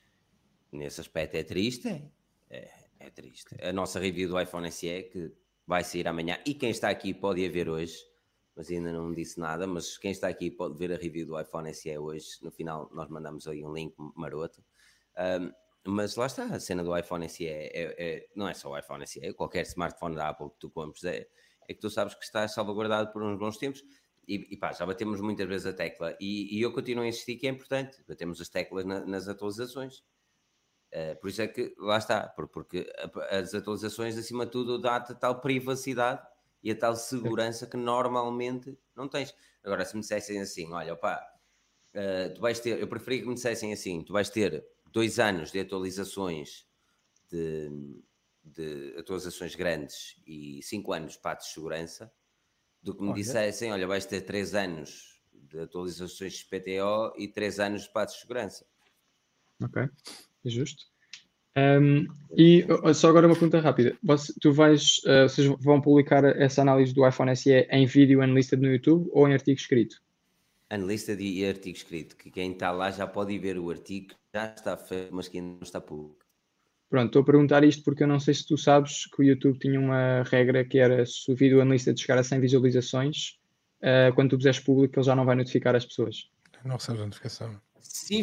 nesse aspecto é triste, é, é, é triste. A nossa review do iPhone S E que vai sair amanhã e quem está aqui pode ir ver hoje, mas ainda não disse nada, mas quem está aqui pode ver a review do iPhone S E hoje, no final nós mandamos aí um link maroto. Um, mas lá está, a cena do iPhone S E é, é, não é só o iPhone S E, qualquer smartphone da Apple que tu compres é, é que tu sabes que está salvaguardado por uns bons tempos. E, e pá, já batemos muitas vezes a tecla e, e eu continuo a insistir que é importante, batemos as teclas na, nas atualizações. Uh, por isso é que, lá está, por, porque a, as atualizações acima de tudo dá-te a tal privacidade e a tal segurança que normalmente não tens. Agora, se me dissessem assim, olha, opá, uh, tu vais ter, eu preferia que me dissessem assim, tu vais ter dois anos de atualizações de, de atualizações grandes e cinco anos de patches de segurança, do que me Olha. dissessem, olha, vais ter três anos de atualizações de P T O e três anos de patches de segurança. Ok, é justo. Um, e uh, só agora uma pergunta rápida. Você, tu vais, uh, vocês vão publicar essa análise do iPhone S E em vídeo unlisted no YouTube ou em artigo escrito? Unlisted e artigo escrito, que quem está lá já pode ir ver o artigo, já está feito, mas que ainda não está público. Pronto, estou a perguntar isto porque eu não sei se tu sabes que o YouTube tinha uma regra que era se o vídeo unlisted chegar a cem visualizações, uh, quando tu puseres público ele já não vai notificar as pessoas. Não recebes a notificação. Se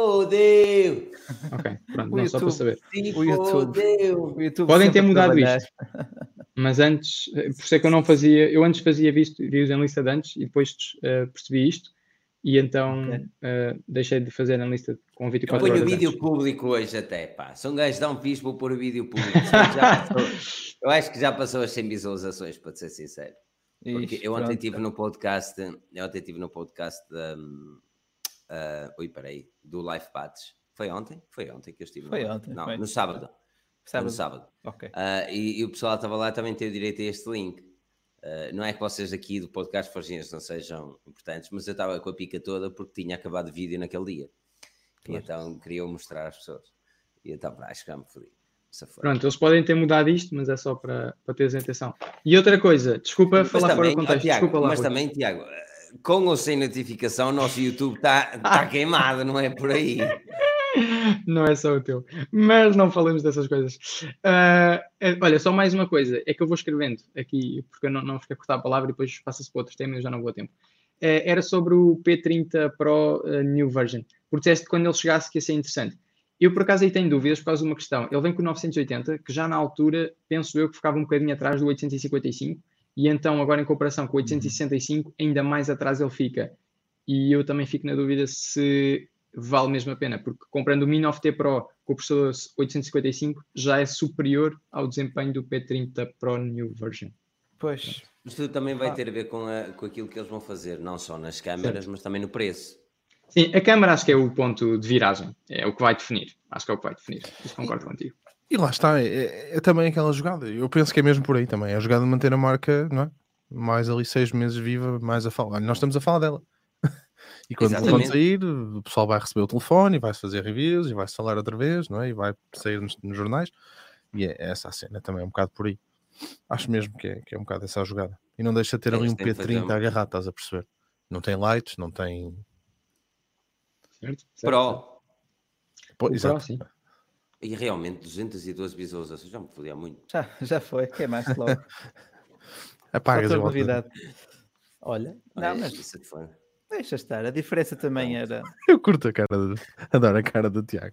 fodeu! Ok, pronto, O não só para YouTube. saber. Se O YouTube. fodeu! O YouTube Podem sempre ter a mudado trabalhar. isto, mas antes, eh, por isso é que eu não fazia, eu antes fazia visto, vídeos em lista de antes e depois uh, percebi isto e então Ok. uh, deixei de fazer na lista com vinte e Eu quatro ponho o horas vídeo antes. público hoje até, pá. Se um gajo dá um fixe, vou pôr o vídeo público. Já passou, eu acho que já passou as cem visualizações, para ser sincero. Porque Ixi, eu ontem pronto. estive no podcast, eu ontem estive no podcast da, uh, ui, peraí, do Life Paths. Foi ontem? Foi ontem que eu estive. Foi no, ontem, Não, foi. no sábado. Foi no Sábado. sábado. Ok. Uh, e, e o pessoal estava lá também teve direito a este link. Uh, não é que vocês aqui do podcast Forginhas não sejam importantes, mas eu estava com a pica toda porque tinha acabado o vídeo naquele dia. Claro. E então queria mostrar às pessoas. E então, pá, acho que já me fodi. Pronto, eles podem ter mudado isto, mas é só para, para teres atenção. E outra coisa, desculpa Mas falar também, fora do ó, contexto. Tiago, Desculpa lá, mas Rui. também, Tiago, uh, com ou sem notificação, o nosso YouTube está tá queimado, não é por aí. Não é só o teu. Mas não falemos dessas coisas. Ah, é, olha, só mais uma coisa. É que eu vou escrevendo aqui, porque eu não, não fiquei a cortar a palavra e depois passa-se para outros temas e eu já não vou a tempo. É, era sobre o P trinta Pro uh, New Version. Porque disseste que quando ele chegasse que ia ser interessante. Eu, por acaso, aí tenho dúvidas por causa de uma questão. Ele vem com o novecentos e oitenta, que já na altura, penso eu, que ficava um bocadinho atrás do oitocentos e cinquenta e cinco. E então, agora em comparação com o oitocentos e sessenta e cinco, ainda mais atrás ele fica. E eu também fico na dúvida se vale mesmo a pena, porque comprando o Mi nove T Pro com o processador oitocentos e cinquenta e cinco já é superior ao desempenho do P trinta Pro New Version. Pois. Mas tudo também vai Ah. ter a ver com, a, com aquilo que eles vão fazer, não só nas câmaras, Certo. mas também no preço. Sim, a câmara acho que é o ponto de viragem. É o que vai definir. Acho que é o que vai definir. Isso concordo contigo. E lá está, é, é- é também aquela jogada. Eu penso que é mesmo por aí também. É a jogada de manter a marca, não é? Mais ali seis meses viva, mais a falar. Nós estamos a falar dela. E quando o telefone Exatamente. sair, o pessoal vai receber o telefone e vai fazer reviews e vai-se falar outra vez, não é? E vai sair nos, nos jornais. E é essa a cena também, é um bocado por aí. Acho mesmo que é, que é um bocado essa a jogada. E não deixa de ter É, ali eles um têm que P trinta fazer um- agarrado, estás a perceber? Não tem lights, não tem. Certo? Certo, certo. Pro. Pô, O Pro, exato. sim. E realmente duzentas e doze visualizações, já me fodia muito. Já, já foi. Queimaste logo. Apagas Outra e voltas. novidade. Olha, não, Olha, mas isso é que foi. deixa estar. A diferença também era. Eu curto a cara do. Adoro a cara do Tiago.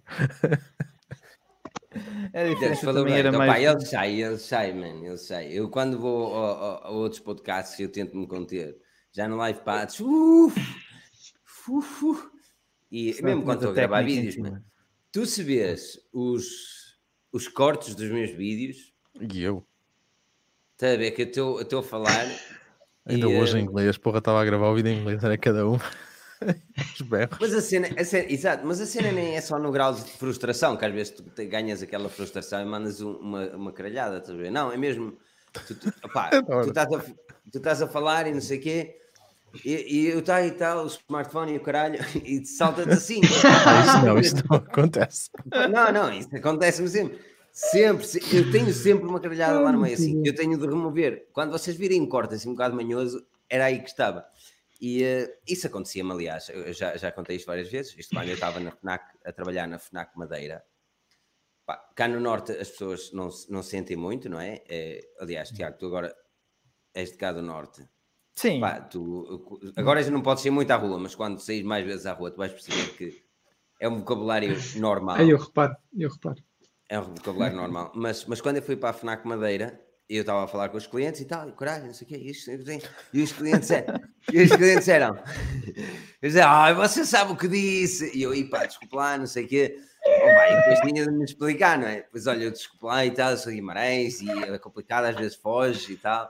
A Deus, diferença falou também bem. era Então, mais. pá, ele sai, ele sai, mano, ele sai. Eu quando vou a, a- a outros podcasts, eu tento me conter. Já no live pads, uf, uf, uf. E Senão mesmo tinhas quando estou a a gravar técnica em vídeos, cima. mano, tu se vês os, os cortes dos meus vídeos, E eu. estás a ver que eu estou- eu estou a falar. Ainda e, hoje eh, em inglês, porra, estava a gravar o vídeo em inglês, era cada um. Os berros. Mas a cena, a cena- exato, mas a cena nem é só no grau de frustração, que às vezes tu te- ganhas aquela frustração e mandas um- uma, uma caralhada, estás a ver? Não, é mesmo. Tu, tu, opá, Adoro. tu estás a, tu estás a falar e não sei o quê, E, e eu tá e tal, o smartphone e o caralho, e salta-te assim. Isso não, isso não acontece. Não, não, isso acontece-me sempre. Sempre, se- eu tenho sempre uma caralhada lá no meio, assim, que eu tenho de remover. Quando vocês virem um corte assim um bocado manhoso, era aí que estava. E uh, isso acontecia-me, aliás, eu já, já contei isto várias vezes, isto quando eu estava na FNAC, a trabalhar na FNAC Madeira. Pá, cá no Norte as pessoas não, não sentem muito, não é? é aliás, Tiago, tu agora és de cá do Norte. Sim. Pá, tu, agora já não podes sair muito à rua, mas quando saís mais vezes à rua, tu vais perceber que é um vocabulário normal. Aí eu reparo, eu reparo. É um vocabulário normal. Mas, mas quando eu fui para a FNAC Madeira, eu estava a falar com os clientes e tal, e caralho, não sei o quê, isto, e os clientes eram, e os clientes eram, eu dizia, ah, você sabe o que disse, e eu, e pá, desculpa lá, não sei o quê, oh, pá, e depois tinha de me explicar, não é? Pois olha, eu desculpa lá e tal, eu sou Guimarães, e é complicado, às vezes foge e tal.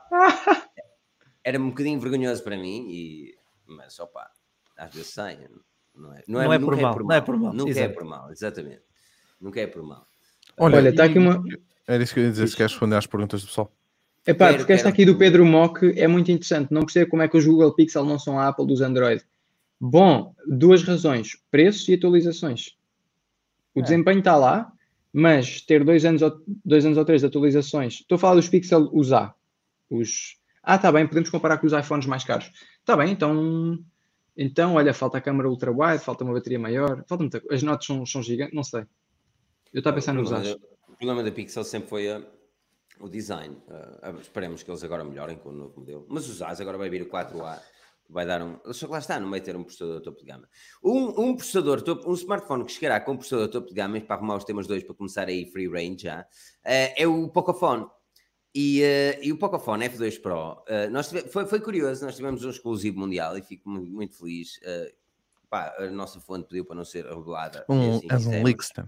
Era um bocadinho vergonhoso para mim, e, mas, opá, às vezes sai, não é? Não é, Não é nunca por mal, é por não mal, é por mal, nunca exato. é por mal, exatamente, nunca é por mal. Olha, Olha, está aqui uma. era isso que eu ia dizer, se queres responder às perguntas do pessoal. Epá, Quero, porque esta quero. aqui do Pedro Mock é muito interessante. Não percebo como é que os Google Pixel não são a Apple dos Android. Bom, duas razões: preços e atualizações. O É. desempenho está lá, mas ter dois anos, ou, dois anos ou três de atualizações. Estou a falar dos Pixel os A. Os... Ah, está bem, podemos comparar com os iPhones mais caros. Está bem, então. Então, olha, falta a câmera ultra-wide, falta uma bateria maior, falta muita coisa. As notas são, são gigantes, não sei. Eu estava a pensar o nos problema, As. da, o problema da Pixel sempre foi a, o design. Uh, esperemos que eles agora melhorem com o novo modelo. Mas os As agora vai vir o quatro A, vai dar um. Só que lá está, não vai ter um processador topo de gama. Um, um processador, topo, um smartphone que chegará com um processador topo de gama, para arrumar os temas dois para começar aí free range já, uh, é o Pocophone. E, uh, e o Pocophone F dois Pro, uh, nós tive, foi, foi curioso, nós tivemos um exclusivo mundial e fico muito, muito feliz. Uh, pá, a nossa fonte pediu para não ser revelada. Um, assim, és um Leakster.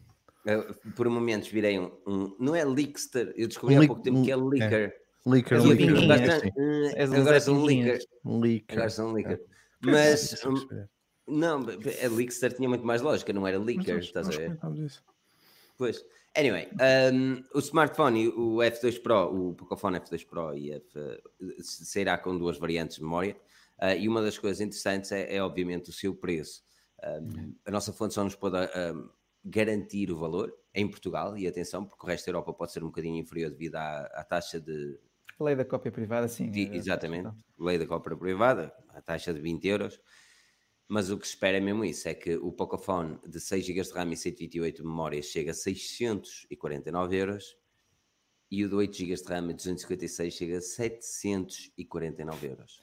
Uh, por momentos virei um, um. Não é Leakster, eu descobri Le há pouco tempo que é Leaker. Leaker, É um leaker. leaker. Agora, Sim. uh, agora sou um Leaker. Leaker. Agora sou um Leaker. É. Mas. Um, não, a Leakster tinha muito mais lógica, não era Leaker, Mas, estás a ver? isso. Pois. Anyway, um, o smartphone, o F dois Pro, o Pocophone F dois Pro e F, uh, sairá com duas variantes de memória. Uh, e uma das coisas interessantes é, é obviamente, o seu preço. Um, a nossa fonte só nos pode um, garantir o valor em Portugal, e atenção, porque o resto da Europa pode ser um bocadinho inferior devido à, à taxa de... Lei da cópia privada, sim. De, é, exatamente, é, lei da cópia privada, a taxa de vinte euros. Mas o que se espera é mesmo isso, é que o Pocophone de seis gigas de RAM e cento e vinte e oito de memória chega a seiscentos e quarenta e nove euros, e o de oito gigas de RAM e duzentos e cinquenta e seis chega a setecentos e quarenta e nove euros.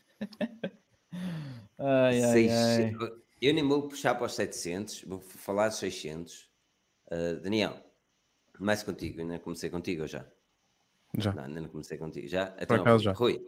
ai, ai, ai. Eu nem vou puxar para os setecentos, vou falar de seiscentos. Uh, Daniel, mais contigo, ainda comecei contigo ou já? Já. Não, ainda não comecei contigo. Já? Por Então, acaso já. Rui,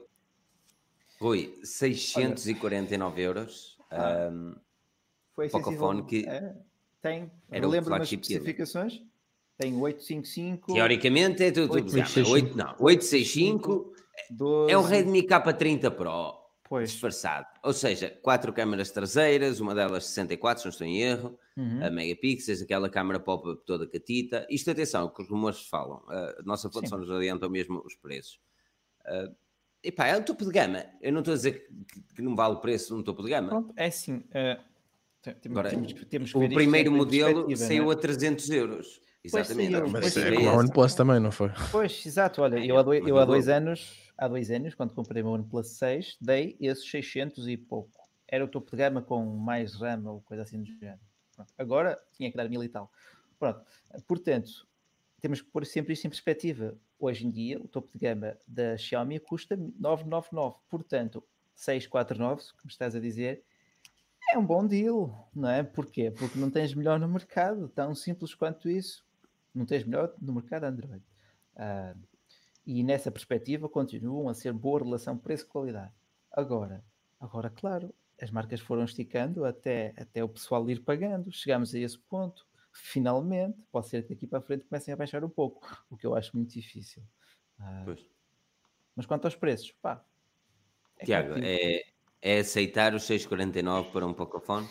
Rui, seiscentos e quarenta e nove euros. Ah, um, Foi Pocophone que é, tem, era o lembro-me as flagship especificações. Tem oitocentos e cinquenta e cinco. teoricamente é tudo. oito, oito, não, oitocentos e sessenta e cinco doze, é o Redmi K trinta Pro. Pois. Disfarçado, ou seja, quatro câmaras traseiras, uma delas sessenta e quatro, se não estou em erro, Uhum. a megapixels, aquela câmara pop-up toda catita. Isto, atenção, que os rumores falam, a nossa fonte Sim. só nos adiantam mesmo os preços. Uh, e pá, é um topo de gama. Eu não estou a dizer que, que não vale o preço de um topo de gama. Pronto, é assim. Uh, temos, Agora, temos, temos que o ver isto primeiro sempre em modelo perspectiva, saiu não é? a trezentos euros. Exatamente. saiu, A Mas Pois é perspectiva como é a essa. OnePlus também, não foi? Pois, exato, olha, Ah, eu há, dois, mas eu há não dois vou. anos, há dois anos, quando comprei o meu OnePlus seis, dei esses seiscentos e pouco. Era o topo de gama com mais RAM ou coisa assim do género. Pronto. Agora tinha que dar mil e tal. Pronto. Portanto, temos que pôr sempre isto em perspectiva. Hoje em dia, o topo de gama da Xiaomi custa novecentos e noventa e nove. Portanto, seiscentos e quarenta e nove, como estás a dizer, é um bom deal, não é? Porquê? Porque não tens melhor no mercado. Tão simples quanto isso. Não tens melhor no mercado Android. Ah, e nessa perspectiva continuam a ser boa relação preço-qualidade. Agora, agora, claro, as marcas foram esticando até, até o pessoal ir pagando. Chegamos a esse ponto. Finalmente, pode ser que daqui para a frente comecem a baixar um pouco, o que eu acho muito difícil. Ah, Pois. mas quanto aos preços, pá. É Tiago, contigo. é, é aceitar os seiscentos e quarenta e nove para um Pocophone?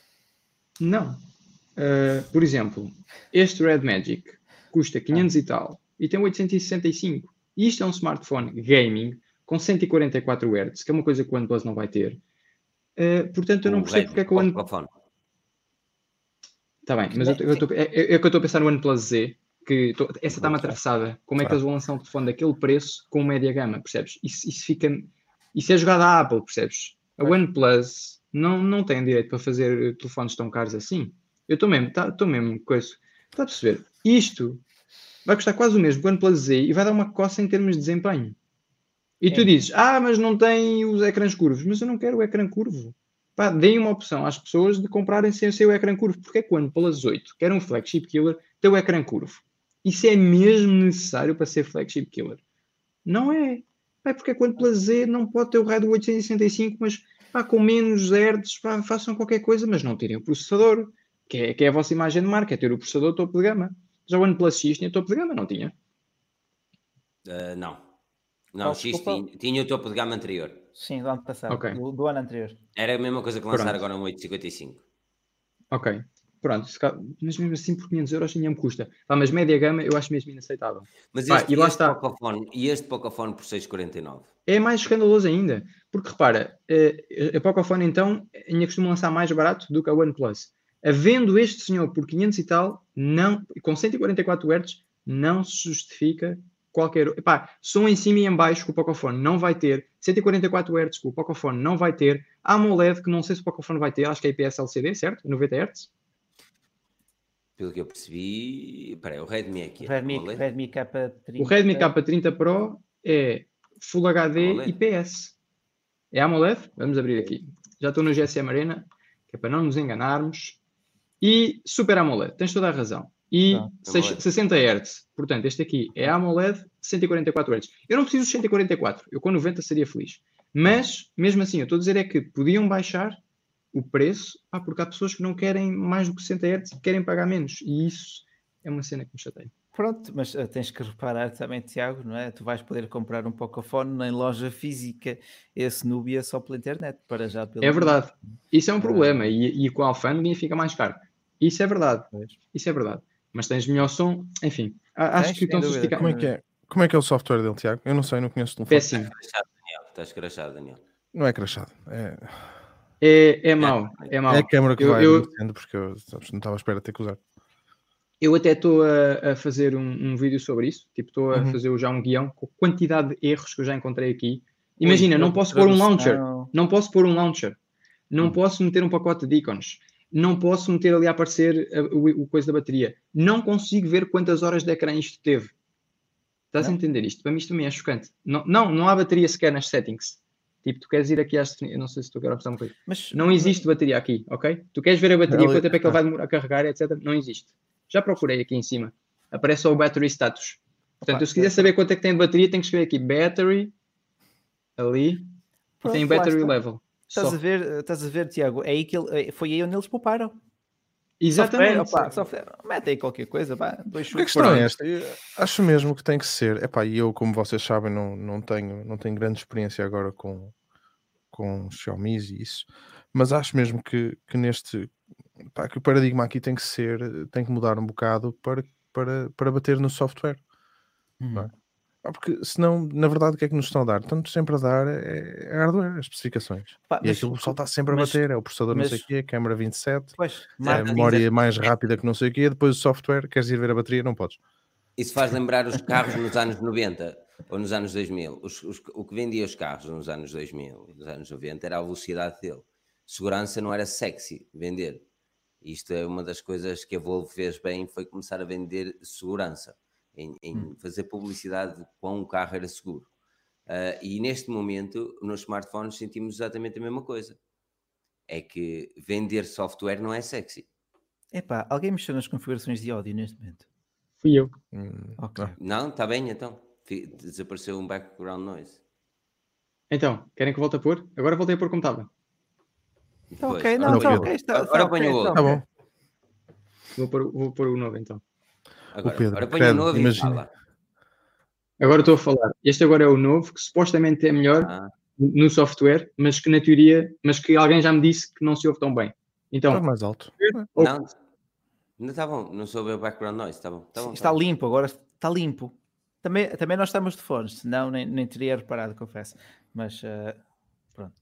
Não. Uh, por exemplo, este Red Magic custa quinhentos e tal e tem oitocentos e sessenta e cinco. E isto é um smartphone gaming com cento e quarenta e quatro hertz, que é uma coisa que o OnePlus não vai ter. Uh, portanto, eu não O percebo porque é que o OnePlus... Pocophone. Está bem, mas eu, eu tô, é, é que eu estou a pensar no OnePlus Z, que tô, essa está-me atravessada. Como é que eles vão lançar um telefone daquele preço com média gama, percebes? Isso, isso fica... Isso é jogada à Apple, percebes? A OnePlus não, não tem direito para fazer telefones tão caros assim. Eu estou mesmo, estou tá, mesmo com isso. Está a perceber? Isto vai custar quase o mesmo que o OnePlus Z e vai dar uma coça em termos de desempenho. E tu é. dizes, ah, mas não tem os ecrãs curvos. Mas eu não quero o ecrã curvo. Pá, deem uma opção às pessoas de comprarem sem o seu ecrã curvo. Porque é que o OnePlus oito, que era um flagship killer, tem o ecrã curvo? Isso é mesmo necessário para ser flagship killer? Não é. É porque é que o OnePlus Z não pode ter o raio do oitocentos e sessenta e cinco, mas pá, com menos hertz, pá, façam qualquer coisa, mas não tirem o processador, que é, que é a vossa imagem de marca, é ter o processador topo de gama. Já o OnePlus X tinha topo de gama, não tinha? Uh, não. Não, o X tinha, tinha o topo de gama anterior. Sim, do ano passado, okay. do, do ano anterior. Era a mesma coisa que lançar agora no oitocentos e cinquenta e cinco. Ok, pronto, mas mesmo assim por quinhentos euros ainda me custa. Ah, mas média gama eu acho mesmo inaceitável. Mas ah, este, e lá este está. Pocophone, e este Pocophone por seiscentos e quarenta e nove? É mais escandaloso ainda, porque repara, a Pocophone então ainda costuma lançar mais barato do que a OnePlus. Havendo este senhor por quinhentos e tal, não, com cento e quarenta e quatro hertz, não se justifica qualquer... Epá, som em cima e em baixo que o Pocophone não vai ter, cento e quarenta e quatro hertz que o Pocophone não vai ter, AMOLED que não sei se o Pocophone vai ter, acho que é I P S L C D, certo? noventa hertz. Pelo que eu percebi... Espera aí, o Redmi é aqui. Redmi, Redmi K trinta... O Redmi K trinta Pro é Full H D AMOLED. I P S. É AMOLED? Vamos abrir aqui. Já estou no G S M Arena, que é para não nos enganarmos. E Super AMOLED, tens toda a razão. E ah, sessenta hertz. Portanto, este aqui é AMOLED cento e quarenta e quatro hertz. Eu não preciso de cento e quarenta e quatro. Eu com noventa seria feliz. Mas, mesmo assim, eu estou a dizer é que podiam baixar o preço, ah, porque há pessoas que não querem mais do que sessenta hertz e querem pagar menos. E isso é uma cena que me chateia. Pronto, mas uh, tens que reparar também, Tiago, não é? Tu vais poder comprar um Pocophone em loja física, esse Nubia só pela internet, para já. Pelo é verdade. Isso é um problema. Uh... E, e com a alfândega fica mais caro. Isso é verdade. Pois. Isso é verdade. Mas tens melhor som, enfim. Acho tens, que estão justificados. Como é que é? Como é que é o software dele, Tiago? Eu não sei, não conheço o telefone. Péssimo. Estás crachado, Daniel. Não é crachado. É... É, é mau. É, mau. é a câmera que eu, vai eu... porque eu sabes, não estava à espera de ter que usar. Eu até estou a, a fazer um, um vídeo sobre isso. Tipo, estou a uhum. fazer já um guião com a quantidade de erros que eu já encontrei aqui. Imagina, Oi, não posso pôr um launcher. Não posso pôr um launcher. Não hum. posso meter um pacote de ícones. Não posso meter ali a aparecer a, o, o coisa da bateria. Não consigo ver quantas horas de ecrã isto teve. Estás não. a entender isto? Para mim isto também é chocante. Não, não, não há bateria sequer nas settings. Tipo, tu queres ir aqui às... Eu não sei se tu queres apostar uma coisa. Mas, não existe bateria aqui, ok? Tu queres ver a bateria, quanto tempo é que ele vai demorar a carregar, etcétera. Não existe. Já procurei aqui em cima. Aparece só o battery status. Portanto, Opa, eu, se quiser saber quanto é que tem de bateria, tenho que escrever aqui battery, ali, Pronto, e tem battery está. level. Estás a, ver, estás a ver, Tiago? É aí que ele, foi aí onde eles pouparam. Exatamente. Software, opa, software, mete aí qualquer coisa. Pá, dois Porque a questão é esta. Eu acho mesmo que tem que ser. Epá, e eu, como vocês sabem, não, não, tenho, não tenho grande experiência agora com, com Xiaomi e isso. Mas acho mesmo que, que neste... Pá, que o paradigma aqui tem que ser, tem que mudar um bocado para, para, para bater no software. Uhum. Não é? ah, porque senão, na verdade, o que é que nos estão a dar? Estão-nos sempre a dar é, é hardware, as especificações. Pá, e mas, aquilo que o pessoal está sempre mas, a bater, é o processador mas, não sei o quê, a câmera vinte e sete, pois, é a memória dizer... mais rápida que não sei o quê, depois o software, queres ir ver a bateria, não podes. Isso faz lembrar os carros nos anos noventa ou nos anos dois mil. Os, os, o que vendia os carros nos anos dois mil e nos anos noventa era a velocidade dele. Segurança não era sexy vender. Isto é uma das coisas que a Volvo fez bem, foi começar a vender segurança, em, em hum. fazer publicidade de quão um carro era seguro. Uh, e neste momento, nos smartphones, sentimos exatamente a mesma coisa. É que vender software não é sexy. Epá, alguém mexeu nas configurações de áudio neste momento? Fui eu. Hum, okay. Não, está bem então. Desapareceu um background noise. Então, querem que volte a pôr? Agora voltei a pôr como estava. Tá ok, não, está ok. Está, agora ponho o outro. Tá bom. Vou pôr, vou pôr o novo então. Agora, o Pedro, agora ponho o novo e fala. Agora estou a falar. Este agora é o novo, que supostamente é melhor ah. no software, mas que na teoria, mas que alguém já me disse que não se ouve tão bem. Então, está mais alto. Não, não está bom. Não soube o background noise. Está bom. Tá bom, está tá limpo, bom. Agora está limpo. Também, também nós estamos de fones, senão nem, nem teria reparado, confesso. Mas uh, pronto.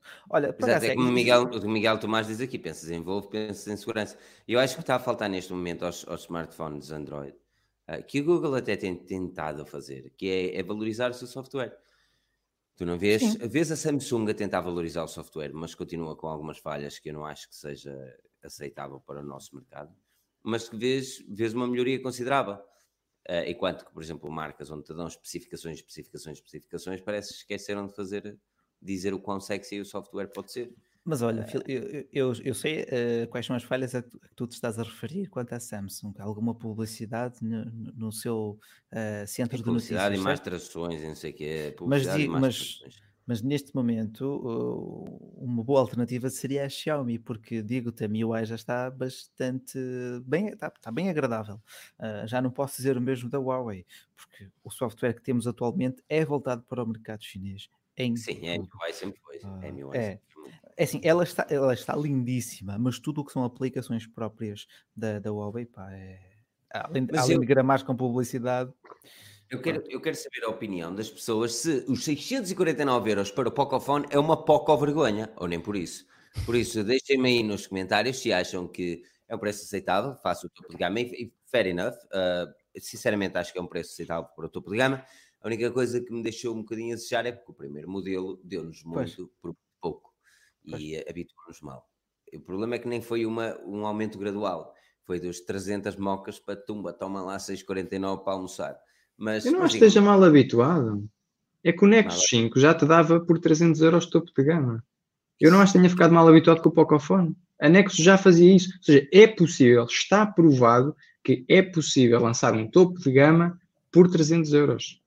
Olha, por Exato, acaso, é é, como o isso- Miguel, o Miguel Tomás diz aqui, pensas em voo, pensas em segurança. E eu acho que está a faltar neste momento aos, aos smartphones Android, ah, que o Google até tem tentado fazer, que é, é valorizar o seu software. Tu não vês, Sim. vês a Samsung a tentar valorizar o software, mas continua com algumas falhas que eu não acho que seja aceitável para o nosso mercado, mas que vês, vês uma melhoria considerável. Uh, enquanto que, por exemplo, marcas onde te dão especificações, especificações, especificações, parece que esqueceram de fazer, dizer o quão sexy o software pode ser. Mas olha, Fil- eu, eu, eu sei eh, quais são as falhas a que tu, a que tu te estás a referir quanto à Samsung. Alguma publicidade no, no- no seu eh, centro Tem de publicidade e notícias, mais certo? traduções, e não sei o quê, Mas, publicidade e di- mais mas, traduções. mas neste momento, uh, uma boa alternativa seria a Xiaomi, porque digo-te, a M I U I já está bastante bem, está, está bem agradável. Uh, já não posso dizer o mesmo da Huawei, porque o software que temos atualmente é voltado para o mercado chinês em Sim, é tudo. M U I sempre foi. Ah, É M U I é, sempre foi muito. é assim, ela está, ela está lindíssima, mas tudo o que são aplicações próprias da, da Huawei, pá, é, além, de- Mas além eu, de gramares com publicidade, eu, quero, eu quero saber a opinião das pessoas se os seiscentos e quarenta e nove euros para o Pocophone é uma poco vergonha, ou nem por isso. Por isso, deixem-me aí nos comentários se acham que é um preço aceitável, faço o topo de gama, e e fair enough. Uh, sinceramente, acho que é um preço aceitável para o topo de gama. A única coisa que me deixou um bocadinho a desejar é porque o primeiro modelo deu-nos pois, muito por pouco pois. e uh, habituou-nos mal. O problema é que nem foi uma, um aumento gradual, foi dos trezentas mocas para tumba, toma lá seiscentos e quarenta e nove para almoçar. Mas, Eu não mas acho que esteja digam-me, mal habituado. É que o Nexus mal- cinco já te dava por trezentos euros topo de gama. Eu não acho que tenha ficado mal habituado com o Pocophone. A Nexus já fazia isso. Ou seja, é possível, está provado que é possível lançar um topo de gama por trezentos euros.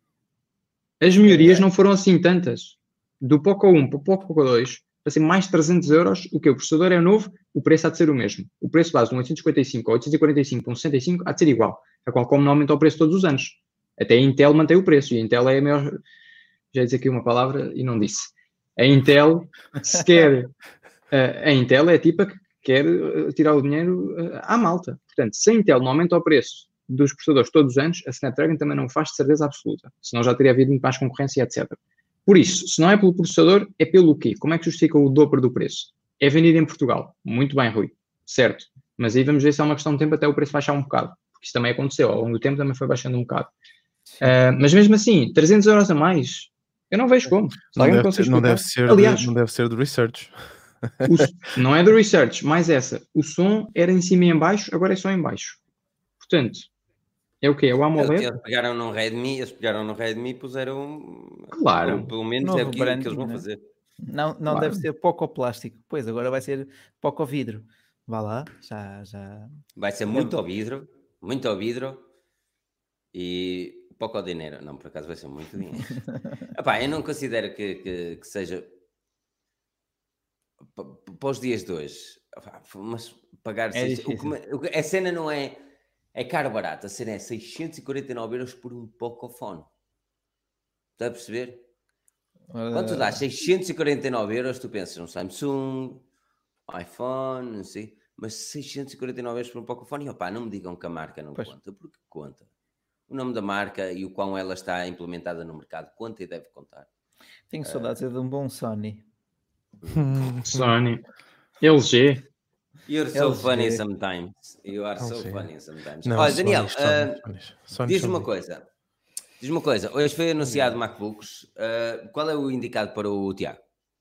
As melhorias não foram assim tantas. Do Poco um para o Poco dois, para ser mais trezentos euros, o que o processador é novo, o preço há de ser o mesmo. O preço base de um oitocentos e cinquenta e cinco ou oitocentos e quarenta e cinco para um sessenta e cinco há de ser igual. A Qualcomm não aumenta o preço todos os anos. Até a Intel mantém o preço. E a Intel é a maior... Já disse aqui uma palavra e não disse. A Intel, se quer... A Intel é a tipa que quer tirar o dinheiro à malta. Portanto, se a Intel não aumenta o preço dos processadores todos os anos, a Snapdragon também não faz de certeza absoluta. Senão já teria havido muito mais concorrência, etcétera. Por isso, se não é pelo processador, é pelo quê? Como é que justifica o dobro do preço? É vendido em Portugal. Muito bem, Rui. Certo. Mas aí vamos ver se é uma questão de tempo até o preço baixar um bocado. Porque isso também aconteceu. Ao longo do tempo também foi baixando um bocado. Uh, mas mesmo assim, trezentos euros a mais, eu não vejo como. Não deve, ser, não, deve ser Aliás, de, não deve ser do research. O, não é do research, mais essa. O som era em cima e em baixo, agora é só em baixo. Portanto, é o quê? É o AMOLED? Eles pegaram no Redmi, eles pegaram no Redmi e puseram. Claro. Ou pelo menos Novo é o que, que branding, eles vão né? fazer. Não, não Claro. deve ser pouco plástico. Pois, agora vai ser pouco vidro. Vá lá, já, já. Vai ser muito ao vidro, muito ao vidro e pouco ao dinheiro. Não, por acaso vai ser muito dinheiro. Epá, eu não considero que, que, que seja para os dias de hoje. Mas pagar É seis... difícil. o que, a cena não é, é caro ou barato, a cena é seiscentos e quarenta e nove euros por um Pocophone. Está a perceber? Quando tu dás seiscentos e quarenta e nove euros, tu pensas num Samsung, iPhone, não sei, mas seiscentos e quarenta e nove euros por um Pocophone, e opá, não me digam que a marca não Pois. conta, porque conta. O nome da marca e o quão ela está implementada no mercado conta e deve contar. Tenho saudades de um bom Sony. Sony. L G. You're so L G. funny sometimes. You are so L G. funny sometimes. Não, Olha, Daniel, Sony, Sony, uh, Sony, Sony, diz-me Sony. uma coisa. Diz-me uma coisa. Hoje foi anunciado MacBooks. Uh, qual é o indicado para o Tiago?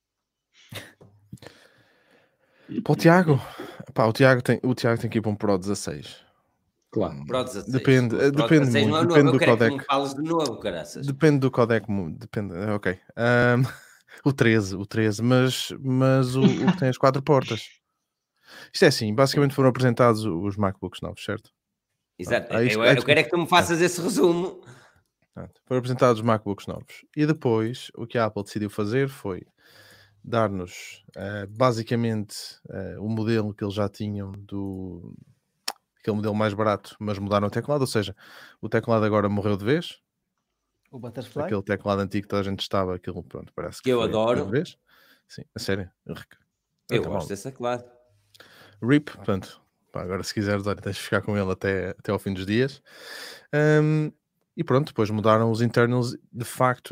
Para o Tiago, pá, o Tiago tem, o Tiago tem que ir para um Pro dezasseis. Claro. Pro dezasseis. Depende, O Pro depende dezasseis muito, não é depende novo. do Eu quero que codec. tu me fales de novo, caraças. Depende do codec, mu- depende, ok. Um, o treze, o treze, mas, mas o, o que tem as quatro portas. Isto é assim, basicamente foram apresentados os MacBooks novos, certo? Exato. Ah, isto- eu, é eu que- quero é que tu me faças esse resumo. Pronto, foram apresentados os MacBooks novos. E depois, o que a Apple decidiu fazer foi dar-nos, eh, basicamente, eh, o modelo que eles já tinham do... aquele modelo mais barato, mas mudaram o teclado, ou seja, o teclado agora morreu de vez. O Butterfly. Aquele teclado antigo que toda a gente estava, aquilo, pronto, parece que, Que eu foi adoro. de vez. Sim, a sério. Eu Então, gosto desse teclado. R I P, portanto, pá, agora se quiseres, olha, tens de ficar com ele até, até ao fim dos dias. Um, e pronto, depois mudaram os internals, de facto,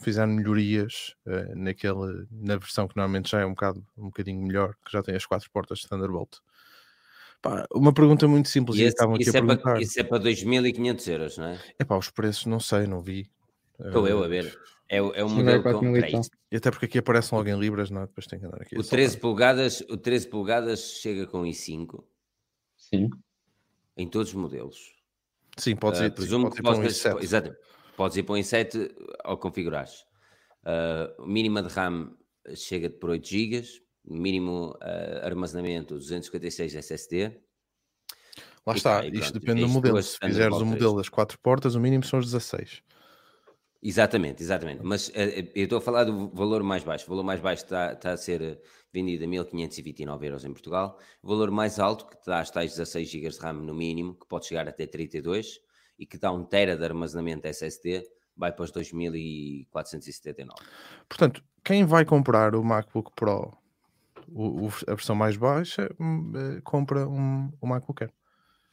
fizeram melhorias uh, naquele, na versão que normalmente já é um, bocado, um bocadinho melhor, que já tem as quatro portas de Thunderbolt. Pá, uma pergunta muito simples. E E esse, estavam aqui isso, a é perguntar. para, isso é para dois mil e quinhentos euros, não é? É pá, os preços não sei, não vi. Estou uh, eu a ver. É, o- é um modelo com três. E até porque aqui aparecem logo em libras, não é? Depois tem que andar aqui. O treze polegadas, o treze polegadas chega com i cinco. Sim. Em todos os modelos. Sim, podes ir, Uh, presumo sim, que podes ir podes, para um i sete. exatamente. Podes ir para um i sete ao configurares. Uh, mínima de RAM chega por oito gigas. Mínimo uh, armazenamento duzentos e cinquenta e seis S S D. Lá E está, pá, e isto pronto, depende do tens modelo. duas Se fizeres o Thunderbolt modelo três. das quatro portas, o mínimo são os dezasseis. Exatamente, exatamente. Mas uh, eu estou a falar do valor mais baixo. O valor mais baixo está, está a ser vendido a mil quinhentos e vinte e nove euros em Portugal. O valor mais alto, que dá as tais dezasseis gigas de RAM no mínimo, que pode chegar até trinta e dois, e que dá um tera de armazenamento S S D, vai para os dois mil quatrocentos e setenta e nove. Portanto, quem vai comprar o MacBook Pro, o, o, a versão mais baixa, hum, compra um, um MacBook Air.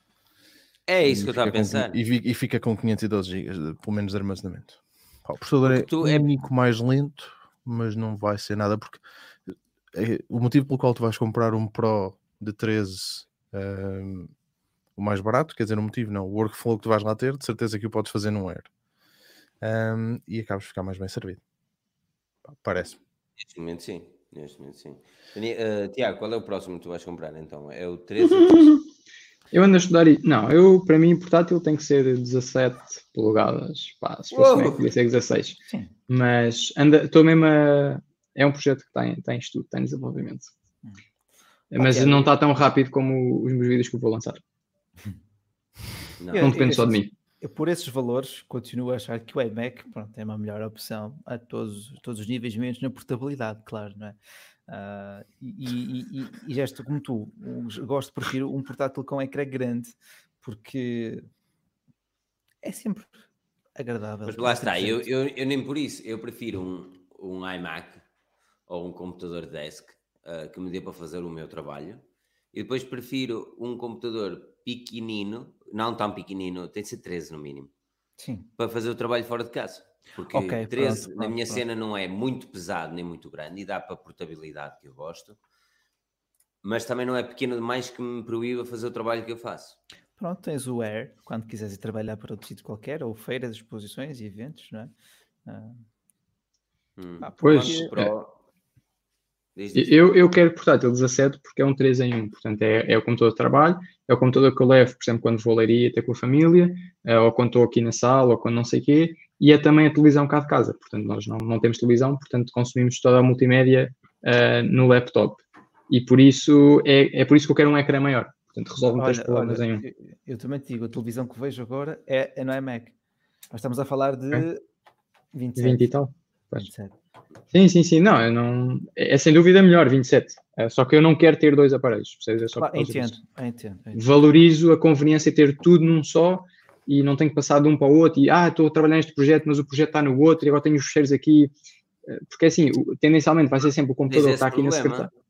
É isso E que eu estava a fica com- pensar. E, vi- e fica com quinhentos e doze gigas, de- pelo menos, de armazenamento. Pá, o processador Porque é tu um é- único mais lento, mas não vai ser nada, porque é, o motivo pelo qual tu vais comprar um Pro de treze, hum, o mais barato, quer dizer, o motivo não, o workflow que tu vais lá ter, de certeza que o podes fazer num Air. Hum, e acabas de ficar mais bem servido. Pá, parece-me. Neste momento sim. Neste momento sim. Dani- uh, Tiago, qual é o próximo que tu vais comprar então? É o treze ou o treze? Eu ando a estudar e não, eu para mim portátil tem que ser dezassete polegadas. Pá, se fosse Uou! Mac, devia ser dezasseis. Sim. Mas anda, estou mesmo a. É um projeto que está em, está em estudo, está em desenvolvimento. Hum. Mas Tiago, não está tão rápido como os meus vídeos que eu vou lançar. Não. Eu- Não depende só de assim, mim. Eu, por esses valores, continuo a achar que o iMac, pronto, é uma melhor opção a todos, todos os níveis, menos na portabilidade, claro, não é? Ah, e, e, e, e já estou como tu, eu gosto de preferir um portátil com ecrã grande, porque é sempre agradável. Mas lá está, eu, inteligente. eu, eu nem por isso, eu prefiro um, um iMac ou um computador desk uh, que me dê para fazer o meu trabalho, e depois prefiro um computador pequenino, não tão pequenino, tem de ser treze no mínimo, Sim. para fazer o trabalho fora de casa. Porque Ok, treze pronto, na pronto, minha pronto. cena não é muito pesado nem muito grande e dá para a portabilidade que eu gosto, mas também não é pequeno demais que me proíba fazer o trabalho que eu faço. Pronto, tens o Air, quando quiseres ir trabalhar para outro sítio qualquer, ou feiras, exposições e eventos, não é? Ah, Hum. ah, Pois, O porque- Mac Pro... Diz, diz. Eu, eu quero portátil dezassete porque é um três em um. Portanto, é, é o computador de trabalho, é o computador que eu levo, por exemplo, quando vou ler e até com a família, eh, ou quando estou aqui na sala, ou quando não sei o quê, e é também a televisão cá de casa. Portanto, nós não, não temos televisão, portanto, consumimos toda a multimédia eh, no laptop. E por isso, é, é por isso que eu quero um ecrã maior. Portanto, resolve muitos Olha, problemas olha, em um. eu, eu também te digo, a televisão que vejo agora é, é no iMac. Nós estamos a falar de É. vinte e sete. vinte e tal. Pois. vinte e sete. Sim, sim, sim. Não, eu não... É, é sem dúvida melhor, vinte e sete. É, só que eu não quero ter dois aparelhos. Percebes? É só por Claro, causa entendo, disso. entendo, entendo. Valorizo a conveniência de ter tudo num só e não tenho que passar de um para o outro e, ah, estou a trabalhar neste projeto, mas o projeto está no outro e agora tenho os fecheiros aqui. Eh, Porque assim, o- tendencialmente vai ser sempre o computador que esse está aqui na problema. secretária.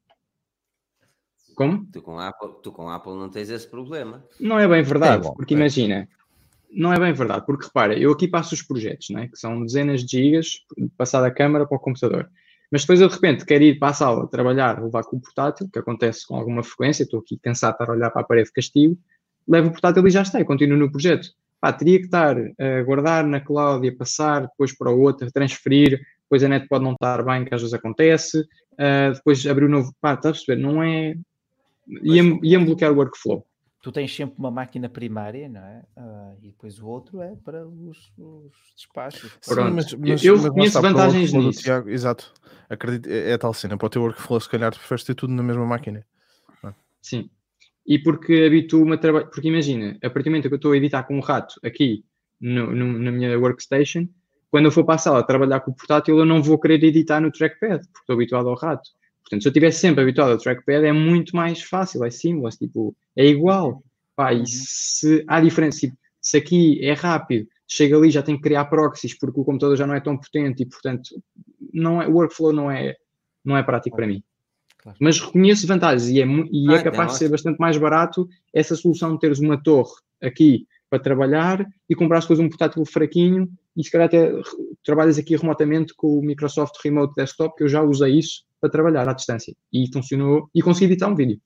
Como? Tu com, Apple, tu com Apple não tens esse problema. Não é bem verdade, É bom, porque é. imagina, não é bem verdade, porque repara, eu aqui passo os projetos, não é? Que são dezenas de gigas, passar da câmara para o computador. Mas depois eu de repente quero ir para a sala trabalhar, levar com o portátil, que acontece com alguma frequência, estou aqui cansado de estar a olhar para a parede de castigo, levo o portátil e já está, e continuo no projeto. Pá, teria que estar a guardar na cloud e a passar depois para o outro, a transferir, depois a net pode não estar bem, que às vezes acontece, uh, depois abrir o novo, pá, estás a perceber? Não é... Ia-me ia bloquear o workflow. Tu tens sempre uma máquina primária, não é? Ah, e depois o outro é para os, os despachos. Sim, Pronto. mas, mas, Eu mas lá reconheço está, para o vantagens workflow do nisso. Tiago, exato. Acredito, é, é tal cena. Para o teu workflow, se calhar, tu preferes ter tudo na mesma máquina. Sim. E porque habituo-me a trabalhar... Porque imagina, a partir do momento que eu estou a editar com um rato aqui no, no, na minha workstation, quando eu for para a sala a trabalhar com o portátil, eu não vou querer editar no trackpad, porque estou habituado ao rato. Portanto, se eu estivesse sempre habituado ao trackpad, é muito mais fácil, é simples, tipo, é igual. Pá, e se há diferença, tipo, se aqui é rápido, chega ali já tem que criar proxies porque o computador já não é tão potente e, portanto, não é, o workflow não é, não é prático para mim. Claro. Mas reconheço vantagens e é, mu- e é Ah, capaz não, de ser bastante mais barato essa solução de teres uma torre aqui para trabalhar e compraste depois um portátil fraquinho e se calhar até trabalhas aqui remotamente com o Microsoft Remote Desktop, que eu já usei isso para trabalhar à distância e funcionou e consegui editar um vídeo.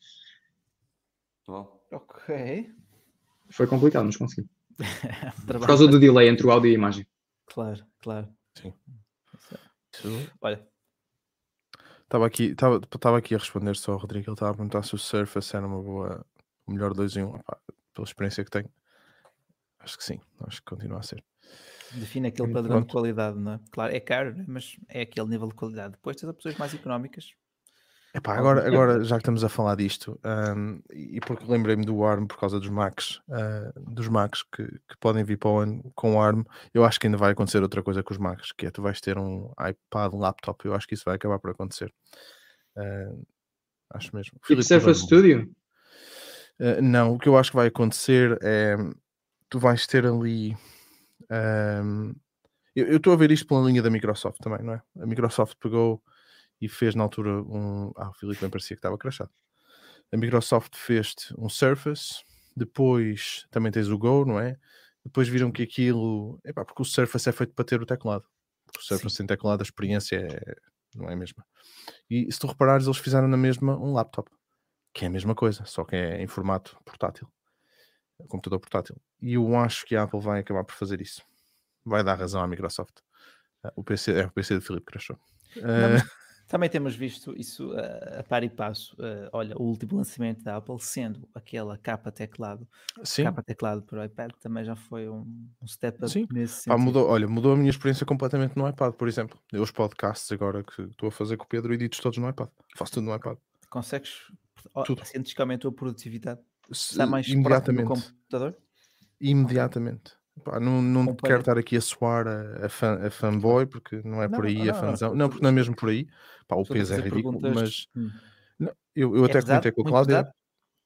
Bom. Ok. Foi complicado, mas consegui. Por causa do delay entre o áudio e a imagem. Claro, claro. Sim. Olha. Estava aqui, estava, estava aqui a responder só ao Rodrigo. Ele estava a perguntar se o Surface era uma boa, o melhor dois em um. Epá, pela experiência que tenho, acho que sim. Acho que continua a ser. Define aquele E padrão pronto. de qualidade, não é? Claro, é caro, né? Mas é aquele nível de qualidade. Depois tens opções mais económicas. Epá, agora, agora, já que estamos a falar disto, um, e porque lembrei-me do A R M por causa dos Macs, uh, dos Macs que, que podem vir para o ano com o A R M, eu acho que ainda vai acontecer outra coisa com os Macs, que é tu vais ter um iPad, um laptop, eu acho que isso vai acabar por acontecer. Uh, acho mesmo. Tipo Surface Studio? Uh, não, o que eu acho que vai acontecer é tu vais ter ali. Um, eu estou a ver isto pela linha da Microsoft também, não é? A Microsoft pegou e fez na altura um. Ah, o Filipe bem parecia que estava crashado. A Microsoft fez um Surface, depois também tens o Go, não é? Depois viram que aquilo. Epá, porque o Surface é feito para ter o teclado. Porque o Surface sem teclado, a experiência é... não é a mesma. E se tu reparares, eles fizeram na mesma um laptop, que é a mesma coisa, só que é em formato portátil, computador portátil. E eu acho que a Apple vai acabar por fazer isso. Vai dar razão à Microsoft. O P C é o P C do Filipe crashou. Não, mas também temos visto isso uh, a par e passo. Uh, olha, o último lançamento da Apple, sendo aquela capa teclado, Sim. capa teclado para o iPad, também já foi um, um step up Sim. nesse Pá, sentido. mudou, olha, mudou a minha experiência completamente no iPad, por exemplo. Eu os podcasts agora que estou a fazer com o Pedro, edito todos no iPad. Faço tudo no iPad. Consegues? Oh, Tudo. sentes que aumentou a produtividade? Se, Está mais imediatamente. próximo do computador? Imediatamente. Pá, não não Compara- quero estar aqui a soar a, a, fan, a fanboy, porque não é Não, por aí não, a não, fanzão. não, Não, estou- porque não é mesmo por aí. Pá, o Estou a peso é fazer ridículo, perguntas. mas Hum. não, eu, eu É até pesado? comentei com a Muito Cláudia. pesado?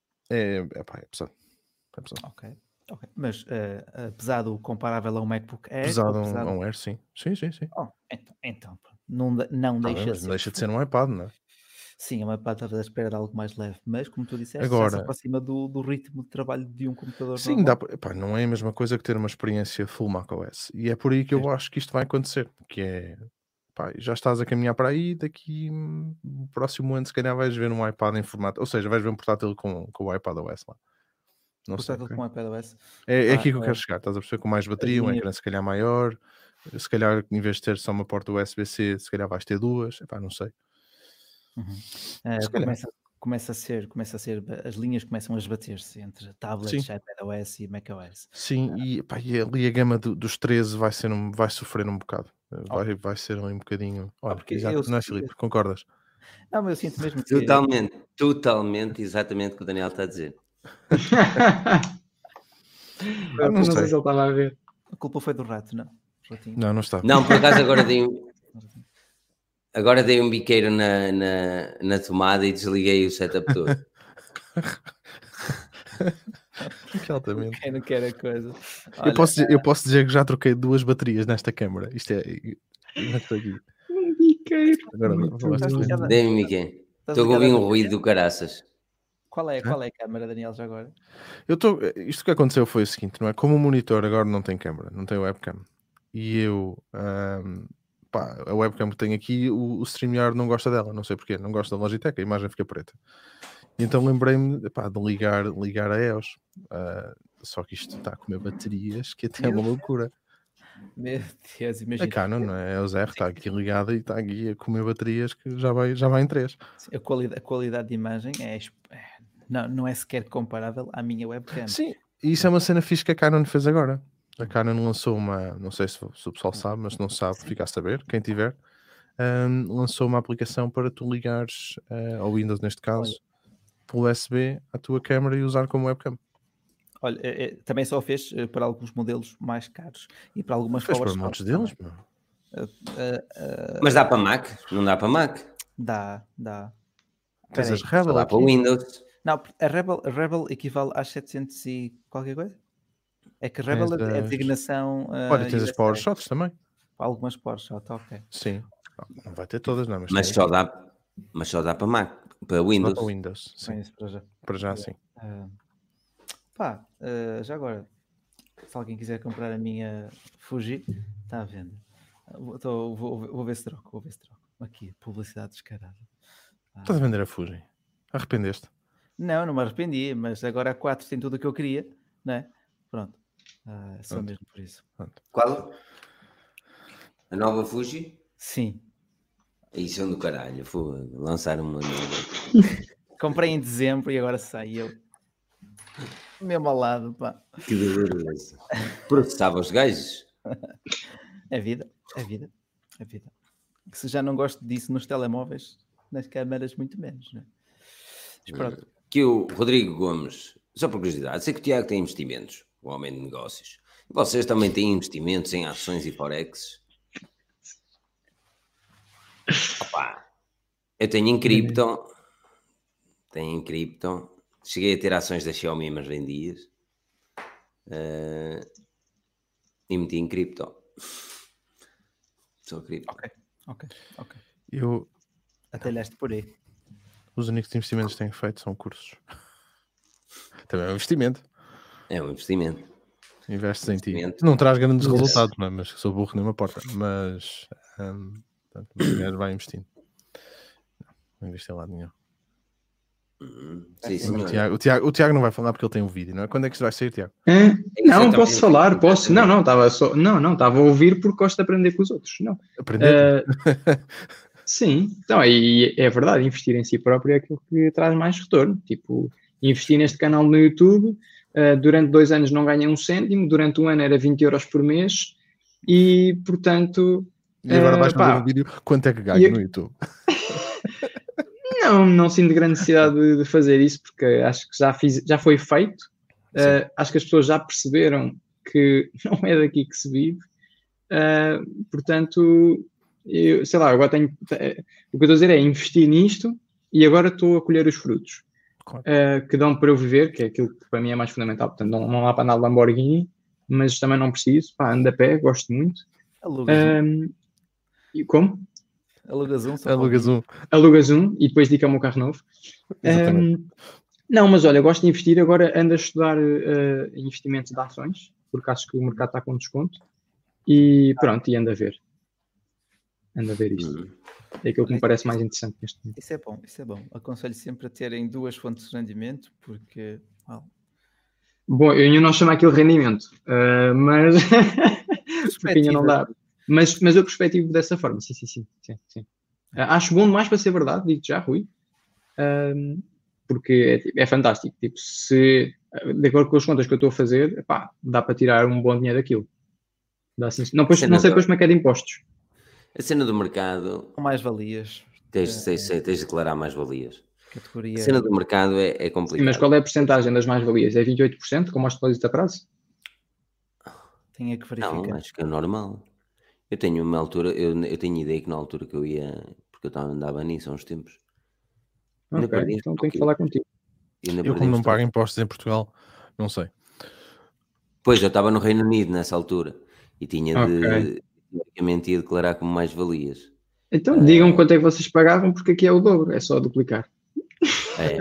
É, é, pá, é pesado. É pesado. Ok, ok. Mas uh, uh, pesado comparável ao MacBook Air? Pesado ou a um, pesado... a um Air, sim. Sim, sim, sim. Oh, então, então pronto. não, de- não Tá deixa bem, de mas não ser. deixa de ser um iPad, não é? Sim, é uma parte talvez à espera de algo mais leve, mas como tu disseste, já se Agora, aproxima do, do ritmo de trabalho de um computador sim, normal. dá, pra- epá, não é a mesma coisa que ter uma experiência full macOS. E é por aí que eu Certo. acho que isto vai acontecer. Que é, pá, já estás a caminhar para aí, daqui hum, no próximo ano se calhar vais ver um iPad em formato, ou seja, vais ver um portátil com, com o iPadOS lá. Não sei. Portátil ok? com iPadOS. É, é Pá, aqui que eu é, quero chegar. Estás a perceber com mais bateria, um linhas- ecrã se calhar maior. Se calhar em vez de ter só uma porta U S B-C, se calhar vais ter duas. Epá, não sei. Uhum. Eh, Se calhar. começa, começa a ser, começa a ser, as linhas começam a esbater-se entre tablets, Sim. iPadOS e macOS. Sim, e, pá, e ali a gama do- dos treze vai, ser um, vai sofrer um bocado. Vai, vai ser ali um bocadinho. Olha, porque exato, eu- não é, Filipe? Concordas? Não, mas eu sinto mesmo que Totalmente, totalmente, exatamente o que o Daniel está a dizer. Ah, não não sei sei. se ele estava a ver. a culpa foi do rato, não? Ratinho. Não, não está. Não, por acaso agora dei um, agora dei um biqueiro na, na, na tomada e desliguei o setup todo. Que altamente. Quem não quer a coisa. Eu Olha, posso, dizer, eu posso dizer que já troquei duas baterias nesta câmara. Isto é. Nesta aqui. Um biqueiro. Agora Muito vou Estás lá. ligado? Dei-me, Miquel. Estás Estou a ouvir ligado um à ruído do caraças. Qual é, Hã? qual é a câmara, Daniel, já agora? Eu estou. Isto que aconteceu foi o seguinte, não é? Como o monitor agora não tem câmara, não tem webcam. E eu. ahm, pá, a webcam que tenho aqui, o, o StreamYard não gosta dela, não sei porquê, não gosta da Logitech, a imagem fica preta. E então lembrei-me pá, de ligar, ligar a E O S. Ah, só que isto está a comer baterias, que até é uma Meu loucura. Meu Deus, A imagina. Canon, não é? A E O S R está aqui ligada e está aqui a comer baterias que já vai, já vai em três. A qualidade, a qualidade de imagem é, es- é- não, não é sequer comparável à minha webcam. Sim, e isso é uma cena fixe que a Canon fez agora. A Canon lançou uma, não sei se, se o pessoal sabe, mas se não sabe, fica a saber, quem tiver, ahm, lançou uma aplicação para tu ligares ah, ao Windows, neste caso, pelo U S B à tua câmera e usar como webcam. Olha, é- é- também só fez eh, para alguns modelos mais caros e para algumas Fez para PowerShop montes também. deles, meu. Eh, eh, Mas dá para Mac? Não dá para Mac? Dá, dá. Tens Espera as aí. Só Rebel dá aqui. para Windows. Não, a Rebel, a Rebel equivale às setecentos e qualquer coisa? É que Rebel Tens é é as- designação. eh, Olha, tens as U S A. PowerShots também. Algumas PowerShot, ok. Sim. Não vai ter todas, não, mas, Mas tem só aqui. dá, mas só dá para Mac, para Só Windows. para Windows. Sim, Sim, isso para já. para já sim. Ah, pá, ah, já agora, se alguém quiser comprar a minha Fuji, está à venda. Tô, vou, vou ver se troco, vou ver se troco. Aqui, publicidade descarada. Ah. Estás a vender a Fuji? Arrependeste? Não, não me arrependi, mas agora a quatro tem tudo o que eu queria, não é? Pronto. Ah, só Pronto. mesmo por isso. Pronto. Qual? A nova Fuji? Sim. Isso é um do caralho. Foi lançar uma nova. Comprei em dezembro e agora saiu. Mesmo ao lado, pá. Que doloroso. Processava os gajos. É vida, é vida, é vida. Que se já não gosto disso nos telemóveis, nas câmaras muito menos, não é? Mas pronto. Que o Rodrigo Gomes, só por curiosidade, sei que o Tiago tem investimentos, o homem de negócios. Vocês também têm investimentos em ações e forex? Opa, eu tenho em cripto, tenho em cripto, cheguei a ter ações da Xiaomi, mas vendias, uh, e meti em cripto. Só cripto. Ok, ok, ok. Eu, Até leste por aí. os únicos investimentos que tenho feito são cursos. Também é um investimento. É um investimento. Investes em ti. Investimento. Não traz grandes Yes. resultados, não é? Mas sou burro nem uma porta. Mas, hum, portanto, mas o gajo vai investindo. Não, não investe em lado nenhum. Hum, É sim, assim, O senhor. Tiago, o, Tiago, o Tiago não vai falar porque ele tem um vídeo, não é? Quando é que isso vai sair, Tiago? Hã? Não, Exatamente. posso falar, posso. Não, não, estava só. Não, não, estava a ouvir porque gosto de aprender com os outros. Não. Aprender? Ah, sim, então, e é verdade, investir em si próprio é aquilo que traz mais retorno. Tipo, investir neste canal no YouTube, uh, durante dois anos não ganhei um cêntimo, durante um ano era vinte euros por mês e, portanto... E agora uh, vais pá, fazer um vídeo. Quanto é que ganho e- no YouTube? Não, não sinto grande necessidade de, de fazer isso, porque acho que já, fiz, já foi feito. Uh, acho que as pessoas já perceberam que não é daqui que se vive. Uh, portanto, eu, sei lá, agora tenho... O que eu estou a dizer é investir nisto e agora estou a colher os frutos. Claro. Uh, que dão para eu viver, que é aquilo que para mim é mais fundamental. Portanto, não, não há para andar de Lamborghini, mas também não preciso. Pá, ando a pé, gosto muito. Alugas um. Um, e como? Alugas um. só Alugas um. Alugas um e depois dica-me o carro novo. Exatamente. Um, não, mas olha, gosto de investir. Agora ando a estudar uh, investimentos de ações, porque acho que o mercado está com desconto. E pronto, e ando a ver. Ando a ver isto. Hum. É aquilo que me parece mais interessante neste momento. Isso é bom, isso é bom. Aconselho sempre a terem duas fontes de rendimento, porque... well, Bom, eu ainda não chamo aquilo rendimento, uh, mas porque ainda não dá. Mas, mas eu perspectivo dessa forma, sim, sim, sim. sim, sim. Uh, acho bom demais para ser verdade, digo já, Rui, uh, porque é, é fantástico. Tipo, se, de acordo com as contas que eu estou a fazer, epá, dá para tirar um bom dinheiro daquilo. Dá, assim, não, pois, não sei depois como é que é de impostos. A cena do mercado, com mais valias. tens, É, tens, tens de declarar mais valias. Categoria. A cena do mercado é, é complicado. Sim, mas qual é a porcentagem das mais-valias? É vinte e oito por cento, como aos depósitos a prazo? Tinha que verificar. Não, acho que é normal. Eu tenho uma altura, eu, eu tenho ideia que na altura que eu ia, porque eu estava andava nisso há uns tempos. Ainda Ok, perdi então um tenho que pouquinho. falar contigo. Ainda Eu, perdi como não uns pago trocos. impostos em Portugal, não sei. Pois, eu estava no Reino Unido nessa altura e tinha de, Ok. teoricamente, ia declarar como mais valias. Então digam quanto é que vocês pagavam, porque aqui é o dobro, é só duplicar. É,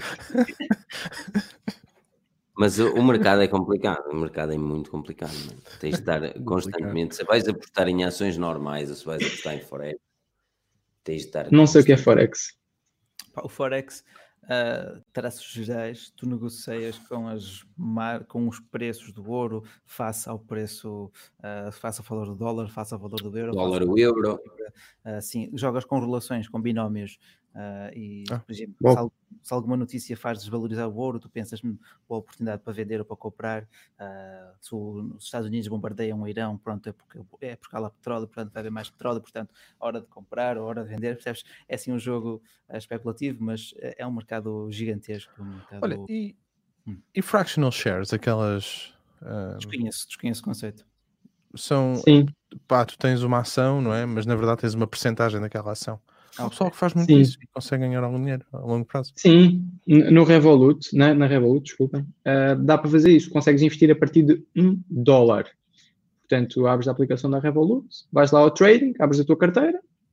mas o, o mercado é complicado, o mercado é muito complicado. Não é? Tens de estar constantemente, se vais apostar em ações normais ou se vais apostar em forex, tens de estar. Não sei o que é Forex. Pá, o Forex, uh, traços gerais, tu negocias com, as mar... com os preços do ouro face ao preço, uh, face ao valor do dólar, face ao valor do euro. Dólar, face ao o euro. Uh, sim, jogas com relações, com binómios, uh, e, Ah, por exemplo, bom. se, al- se alguma notícia faz desvalorizar o ouro, tu pensas, "Hum, boa oportunidade para vender ou para comprar. Uh, se o- os Estados Unidos bombardeiam o Irão, pronto, é porque, é porque há lá petróleo, portanto vai haver mais petróleo, portanto, hora de comprar ou hora de vender, percebes? É assim um jogo uh, especulativo, mas uh, é um mercado gigantesco. Um mercado... Olha, e, Hum. e fractional shares, aquelas ah, Desconheço, desconheço o conceito. são, Sim, pá, tu tens uma ação, não é? Mas na verdade tens uma percentagem daquela ação. Há Ah, um pessoal ok. que faz muito Sim. isso e consegue ganhar algum dinheiro a longo prazo. sim. N- No Revolut, na, na Revolut, desculpem, ah, dá para fazer isso. Consegues investir a partir de um dólar. Portanto, abres a aplicação da Revolut, vais lá ao trading, abres a tua carteira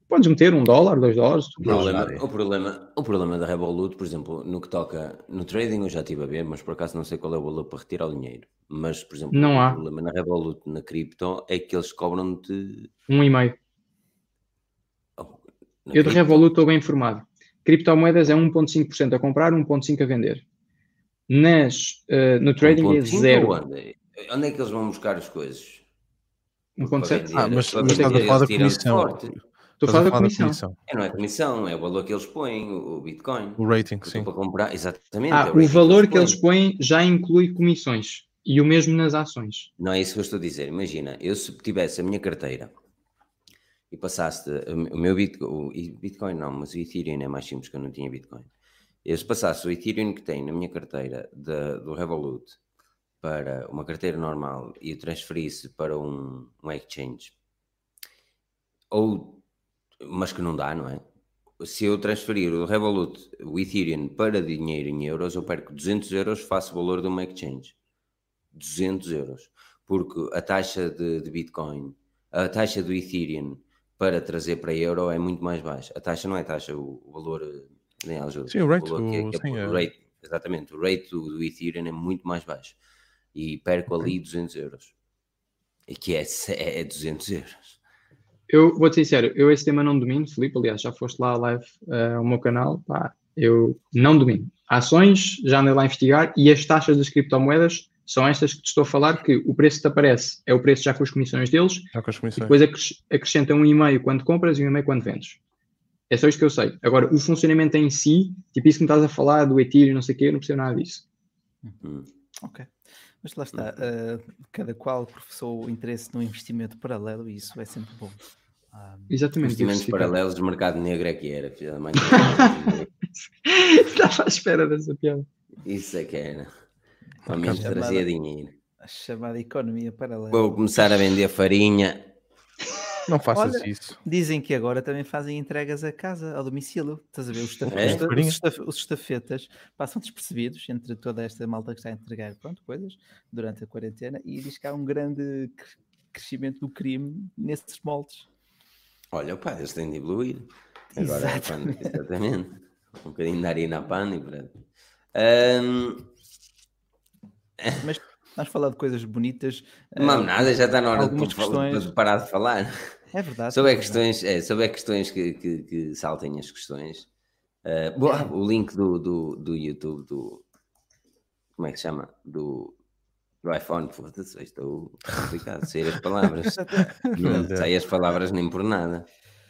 podes meter um dólar, dois dólares. O problema, o, problema, o problema da Revolut, por exemplo, no que toca no trading, eu já estive a ver, mas por acaso não sei qual é o valor para retirar o dinheiro. Mas, por exemplo, não o há. problema na Revolut, na cripto, é que eles cobram-te... Um e meio. Oh, eu de Revolut estou bem informado. Criptomoedas é um vírgula cinco por cento a comprar, um vírgula cinco por cento a vender. Nas, uh, no trading um é zero. Onde? onde é que eles vão buscar as coisas? um vírgula sete? Ah, mas, mas estás a falar da comissão. Estou a falar da comissão. comissão. É, não é comissão, é o valor que eles põem, o Bitcoin. O rating, sim. Para comprar, exatamente. Ah, é o, o valor que eles, que eles põem já inclui comissões. E o mesmo nas ações. Não é isso que eu estou a dizer. Imagina, eu se tivesse a minha carteira e passasse o meu Bitcoin, o Bitcoin não, mas o Ethereum é mais simples que eu não tinha Bitcoin. Eu se passasse o Ethereum que tem na minha carteira de, do Revolut para uma carteira normal e o transferisse para um, um exchange, ou, mas que não dá, não é? Se eu transferir o Revolut, o Ethereum para dinheiro em euros, eu perco duzentos euros face o valor de uma exchange. duzentos euros. Porque a taxa de, de Bitcoin, a taxa do Ethereum para trazer para euro é muito mais baixa. A taxa não é taxa, o, o valor... Nem ajuda. Sim, o rate. O valor que é, que é, sim, o rate exatamente, o rate do, do Ethereum é muito mais baixo. E perco okay. ali duzentos euros. E que é, é duzentos euros. Eu vou-te ser sincero, eu esse tema não domino, Filipe, aliás, já foste lá live uh, ao meu canal, pá, eu não domino. Ações, já andei lá a investigar, e as taxas das criptomoedas são estas que te estou a falar, que o preço que te aparece é o preço já com as comissões deles, já com as comissões. E depois acres- acrescenta um e meio quando compras e um e meio quando vendes. É só isto que eu sei. Agora, o funcionamento em si, tipo isso que me estás a falar, do Ethereum, não sei o quê, eu não percebo nada disso. Uhum. Ok. Mas lá está, uh, cada qual professou o interesse no investimento paralelo e isso é sempre bom. Um, Exatamente. Investimentos paralelos do mercado negro é que era. Filha da mãe. Estava à espera dessa piada. Isso é que era. Ao menos trazia dinheiro. A chamada economia paralela. Vou começar a vender farinha. Não faças Olha, isso. Dizem que agora também fazem entregas a casa, ao domicílio. Estás a ver? Os, estaf... é? os, estaf... os estafetas passam despercebidos entre toda esta malta que está a entregar pronto, coisas durante a quarentena e diz que há um grande crescimento do crime nesses moldes. Olha, pá, eles têm de evoluir. Agora, exatamente. exatamente. Um bocadinho de arena a pano e pronto. Um... Mas vamos falar de coisas bonitas. Não, uh, nada, já está na hora de, questões... de parar de falar. É verdade. Sobre é questões, é, sobre questões que, que, que saltem as questões. Uh, boa, o link do, do, do YouTube, do. Como é que se chama? Do, do iPhone. Foda-se, estou complicado. Sei as palavras. Não sei as palavras nem por nada.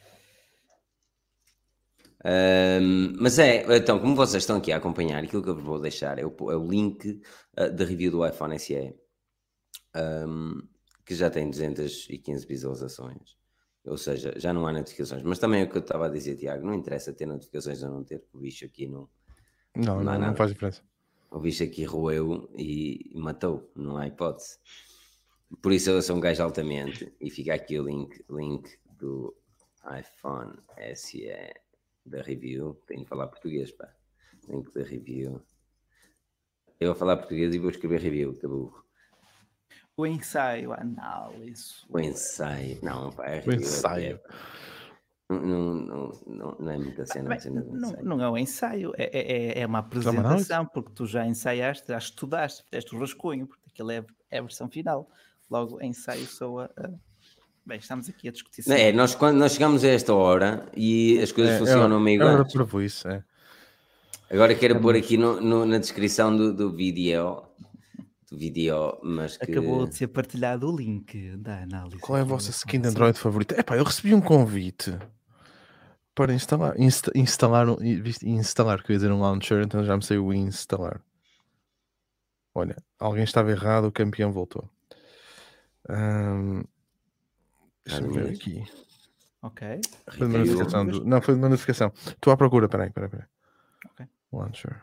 Um, mas é, então, como vocês estão aqui a acompanhar, aquilo que eu vos vou deixar é o, é o link uh, da review do iPhone S E, um, que já tem duzentas e quinze visualizações, ou seja, já não há notificações. Mas também é o que eu estava a dizer, Tiago, não interessa ter notificações ou não ter, o bicho aqui não, não, não, não, não faz diferença. O bicho aqui roeu e matou, não há hipótese. Por isso eu sou um gajo altamente, e fica aqui o link, link do iPhone S E da review. Tenho que falar português, pá. Link da review. Eu vou falar português e vou escrever review, tá burro. O ensaio, a análise. O ensaio. Não, pá, é review. O ensaio. É... Não, não, não, não é muita cena. Bem, cena não, não é um ensaio, é, é, é uma apresentação, porque tu já ensaiaste, já estudaste, fizeste o rascunho, porque aquilo é, é a versão final. Logo, ensaio soa a... Bem, estamos aqui a discutir. É, nós, quando nós chegamos a esta hora e as coisas é, funcionam é, meio é iguais. Por isso, é. Agora quero é pôr aqui no, no, na descrição do, do vídeo, do vídeo, mas que... Acabou de ser partilhado o link da análise. Qual é a vossa skin de Android favorita? Epá, eu recebi um convite para instalar, insta, instalar, instalar, que eu ia dizer um launcher, então já me sei o instalar. Olha, alguém estava errado, o campeão voltou. Um, Deixa-me ver aqui. Ok. Foi de uma notificação. Do... Não, foi de uma notificação. Estou à procura, peraí, peraí, peraí. Ok. Launcher.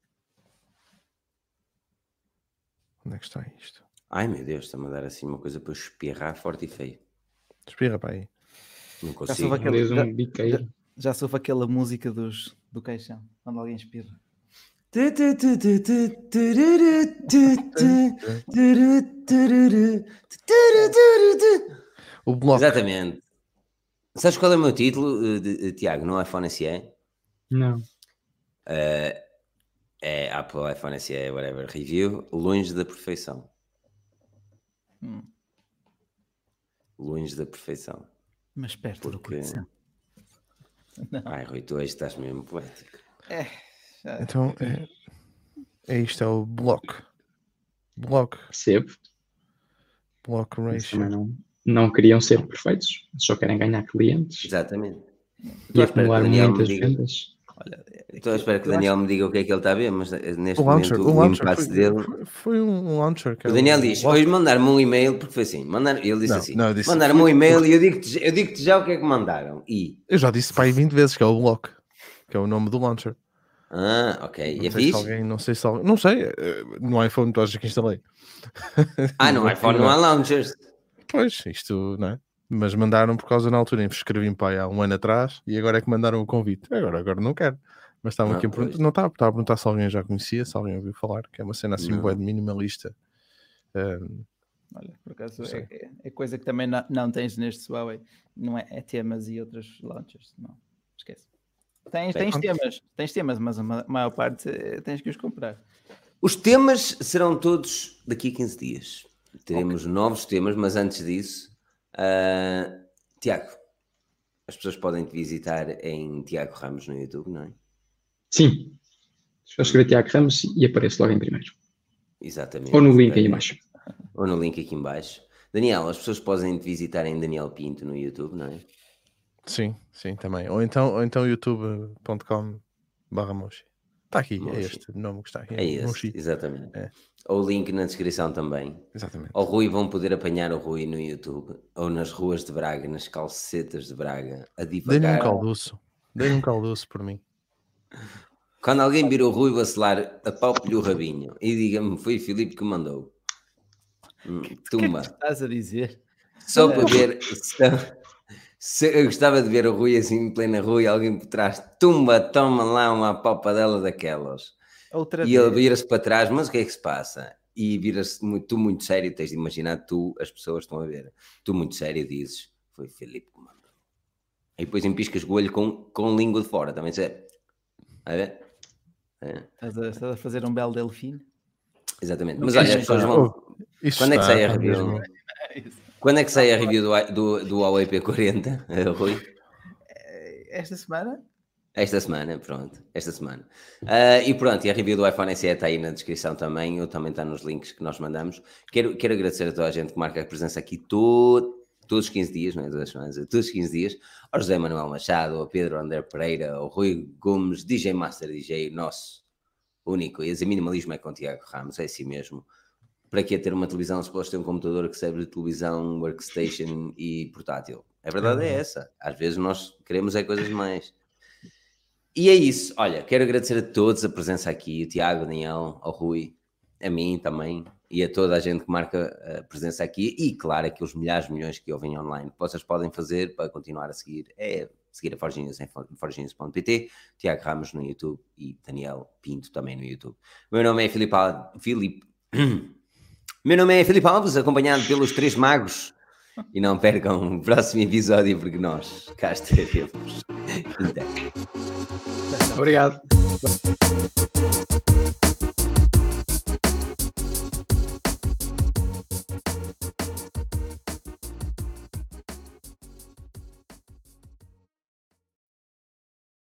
Onde é que está isto? Ai meu Deus, está-me a dar assim uma coisa para eu espirrar forte e feio. Espirra para aí. Não consigo. Já aquela, já, já, já soube aquela música dos, do caixão, quando alguém espirra. O bloco. Exatamente. Sabes qual é o meu título, de, de, Tiago, no iPhone S E? Não. Uh, é Apple iPhone S E, whatever, review, longe da perfeição. Hum. Longe da perfeição. Mas perto Porque... do coração. Não. Ai, Rui, tu hoje estás mesmo poético. É. Já... Então, é, é isto, é o bloco. Bloco. Percebo. Bloco ratio. Não, não queriam ser perfeitos, só querem ganhar clientes. Exatamente. E acumular muitas vendas. Olha, estou a esperar que o Daniel me diga o que é que ele está a ver, mas neste o launcher, momento o, o impasse foi, dele... Foi, foi um launcher. O Daniel diz, hoje mandar-me um e-mail, porque foi assim, mandar... ele disse não, assim, não, mandaram-me um e-mail e eu digo-te eu digo já o que é que mandaram. E... Eu já disse para aí vinte vezes que é o bloco, que é o nome do launcher. Ah, ok. Não e é sei fixe? se alguém, não sei se alguém, não sei, no iPhone tu achas que instalei. Ah, no iPhone não há launchers. Pois, isto, não é? Mas mandaram por causa na altura, escrevi-me para aí há um ano atrás e agora é que mandaram o convite. Agora, agora não quero. Mas estavam aqui a perguntar, não estava, estava a perguntar se alguém já conhecia, se alguém ouviu falar, que é uma cena assim boa de minimalista. Um, Olha, por acaso é, é, é coisa que também não, não tens neste Huawei, não é, é temas e outros launchers, não, esquece. Tens, tens temas, tens temas, mas a maior parte tens que os comprar. Os temas serão todos daqui a quinze dias. Teremos okay. novos temas, mas antes disso, uh, Tiago, as pessoas podem te visitar em Tiago Ramos no YouTube, não é? Sim. Só escrever Tiago Ramos e aparece logo em primeiro. Exatamente. Ou no link aí embaixo. Ou no link aqui embaixo. Daniel, as pessoas podem te visitar em Daniel Pinto no YouTube, não é? Sim, sim, também. Ou então, ou então youtube ponto com barra Moshi. Está aqui, Moshi. É este nome que está aqui. É esse, Moshi. Exatamente. É. Ou o link na descrição também. Exatamente. Ou Rui, vão poder apanhar o Rui no YouTube, ou nas ruas de Braga, nas calcetas de Braga, a divagar. Dê-lhe um caldoço. Dê-lhe um caldoço por mim. Quando alguém vir o Rui vacilar, apalpe-lhe o rabinho e diga-me, foi o Filipe que mandou. Hum, tumba. O que é que estás a dizer? Só para ver... Se, eu gostava de ver o Rui assim em plena rua e alguém por trás, tumba, toma lá uma palpadela daquelas. Outra e vez. Ele vira-se para trás, mas o que é que se passa? E vira-se, tu muito sério, tens de imaginar, tu, as pessoas estão a ver, tu muito sério dizes, foi o Filipe que mandou. E depois empiscas o olho com, com língua de fora, também sei. A ver? É. Estás, a, estás a fazer um belo delfino? Exatamente, mas olha, as pessoas vão... Isso Quando é que está, sai a review? Quando é que sai a review do, do, do Huawei P quarenta, Rui? Esta semana? Esta semana, pronto, esta semana. Uh, e pronto, e a review do iPhone S E está aí na descrição também, ou também está nos links que nós mandamos. Quero, quero agradecer a toda a gente que marca a presença aqui todo, todos os quinze dias, não é? Todas as semanas, todos os quinze dias. Ao José Manuel Machado, ao Pedro André Pereira, ao Rui Gomes, D J Master D J, nosso único. E a minimalismo é com o Tiago Ramos, é assim mesmo. Para que ter uma televisão se pode ter um computador que serve de televisão, workstation e portátil? A verdade é essa. Às vezes nós queremos é coisas mais. E é isso. Olha, quero agradecer a todos a presença aqui, o Tiago, o Daniel, ao Rui, a mim também, e a toda a gente que marca a presença aqui, e claro, aqueles milhares de milhões que ouvem online. O que vocês podem fazer para continuar a seguir é seguir a Forge News em forge news ponto p t, Tiago Ramos no YouTube e Daniel Pinto também no YouTube. O meu nome é Filipe... Filipe... Meu nome é Filipe Alves, acompanhado pelos três magos. E não percam o próximo episódio, porque nós cá estaremos. Então. Obrigado.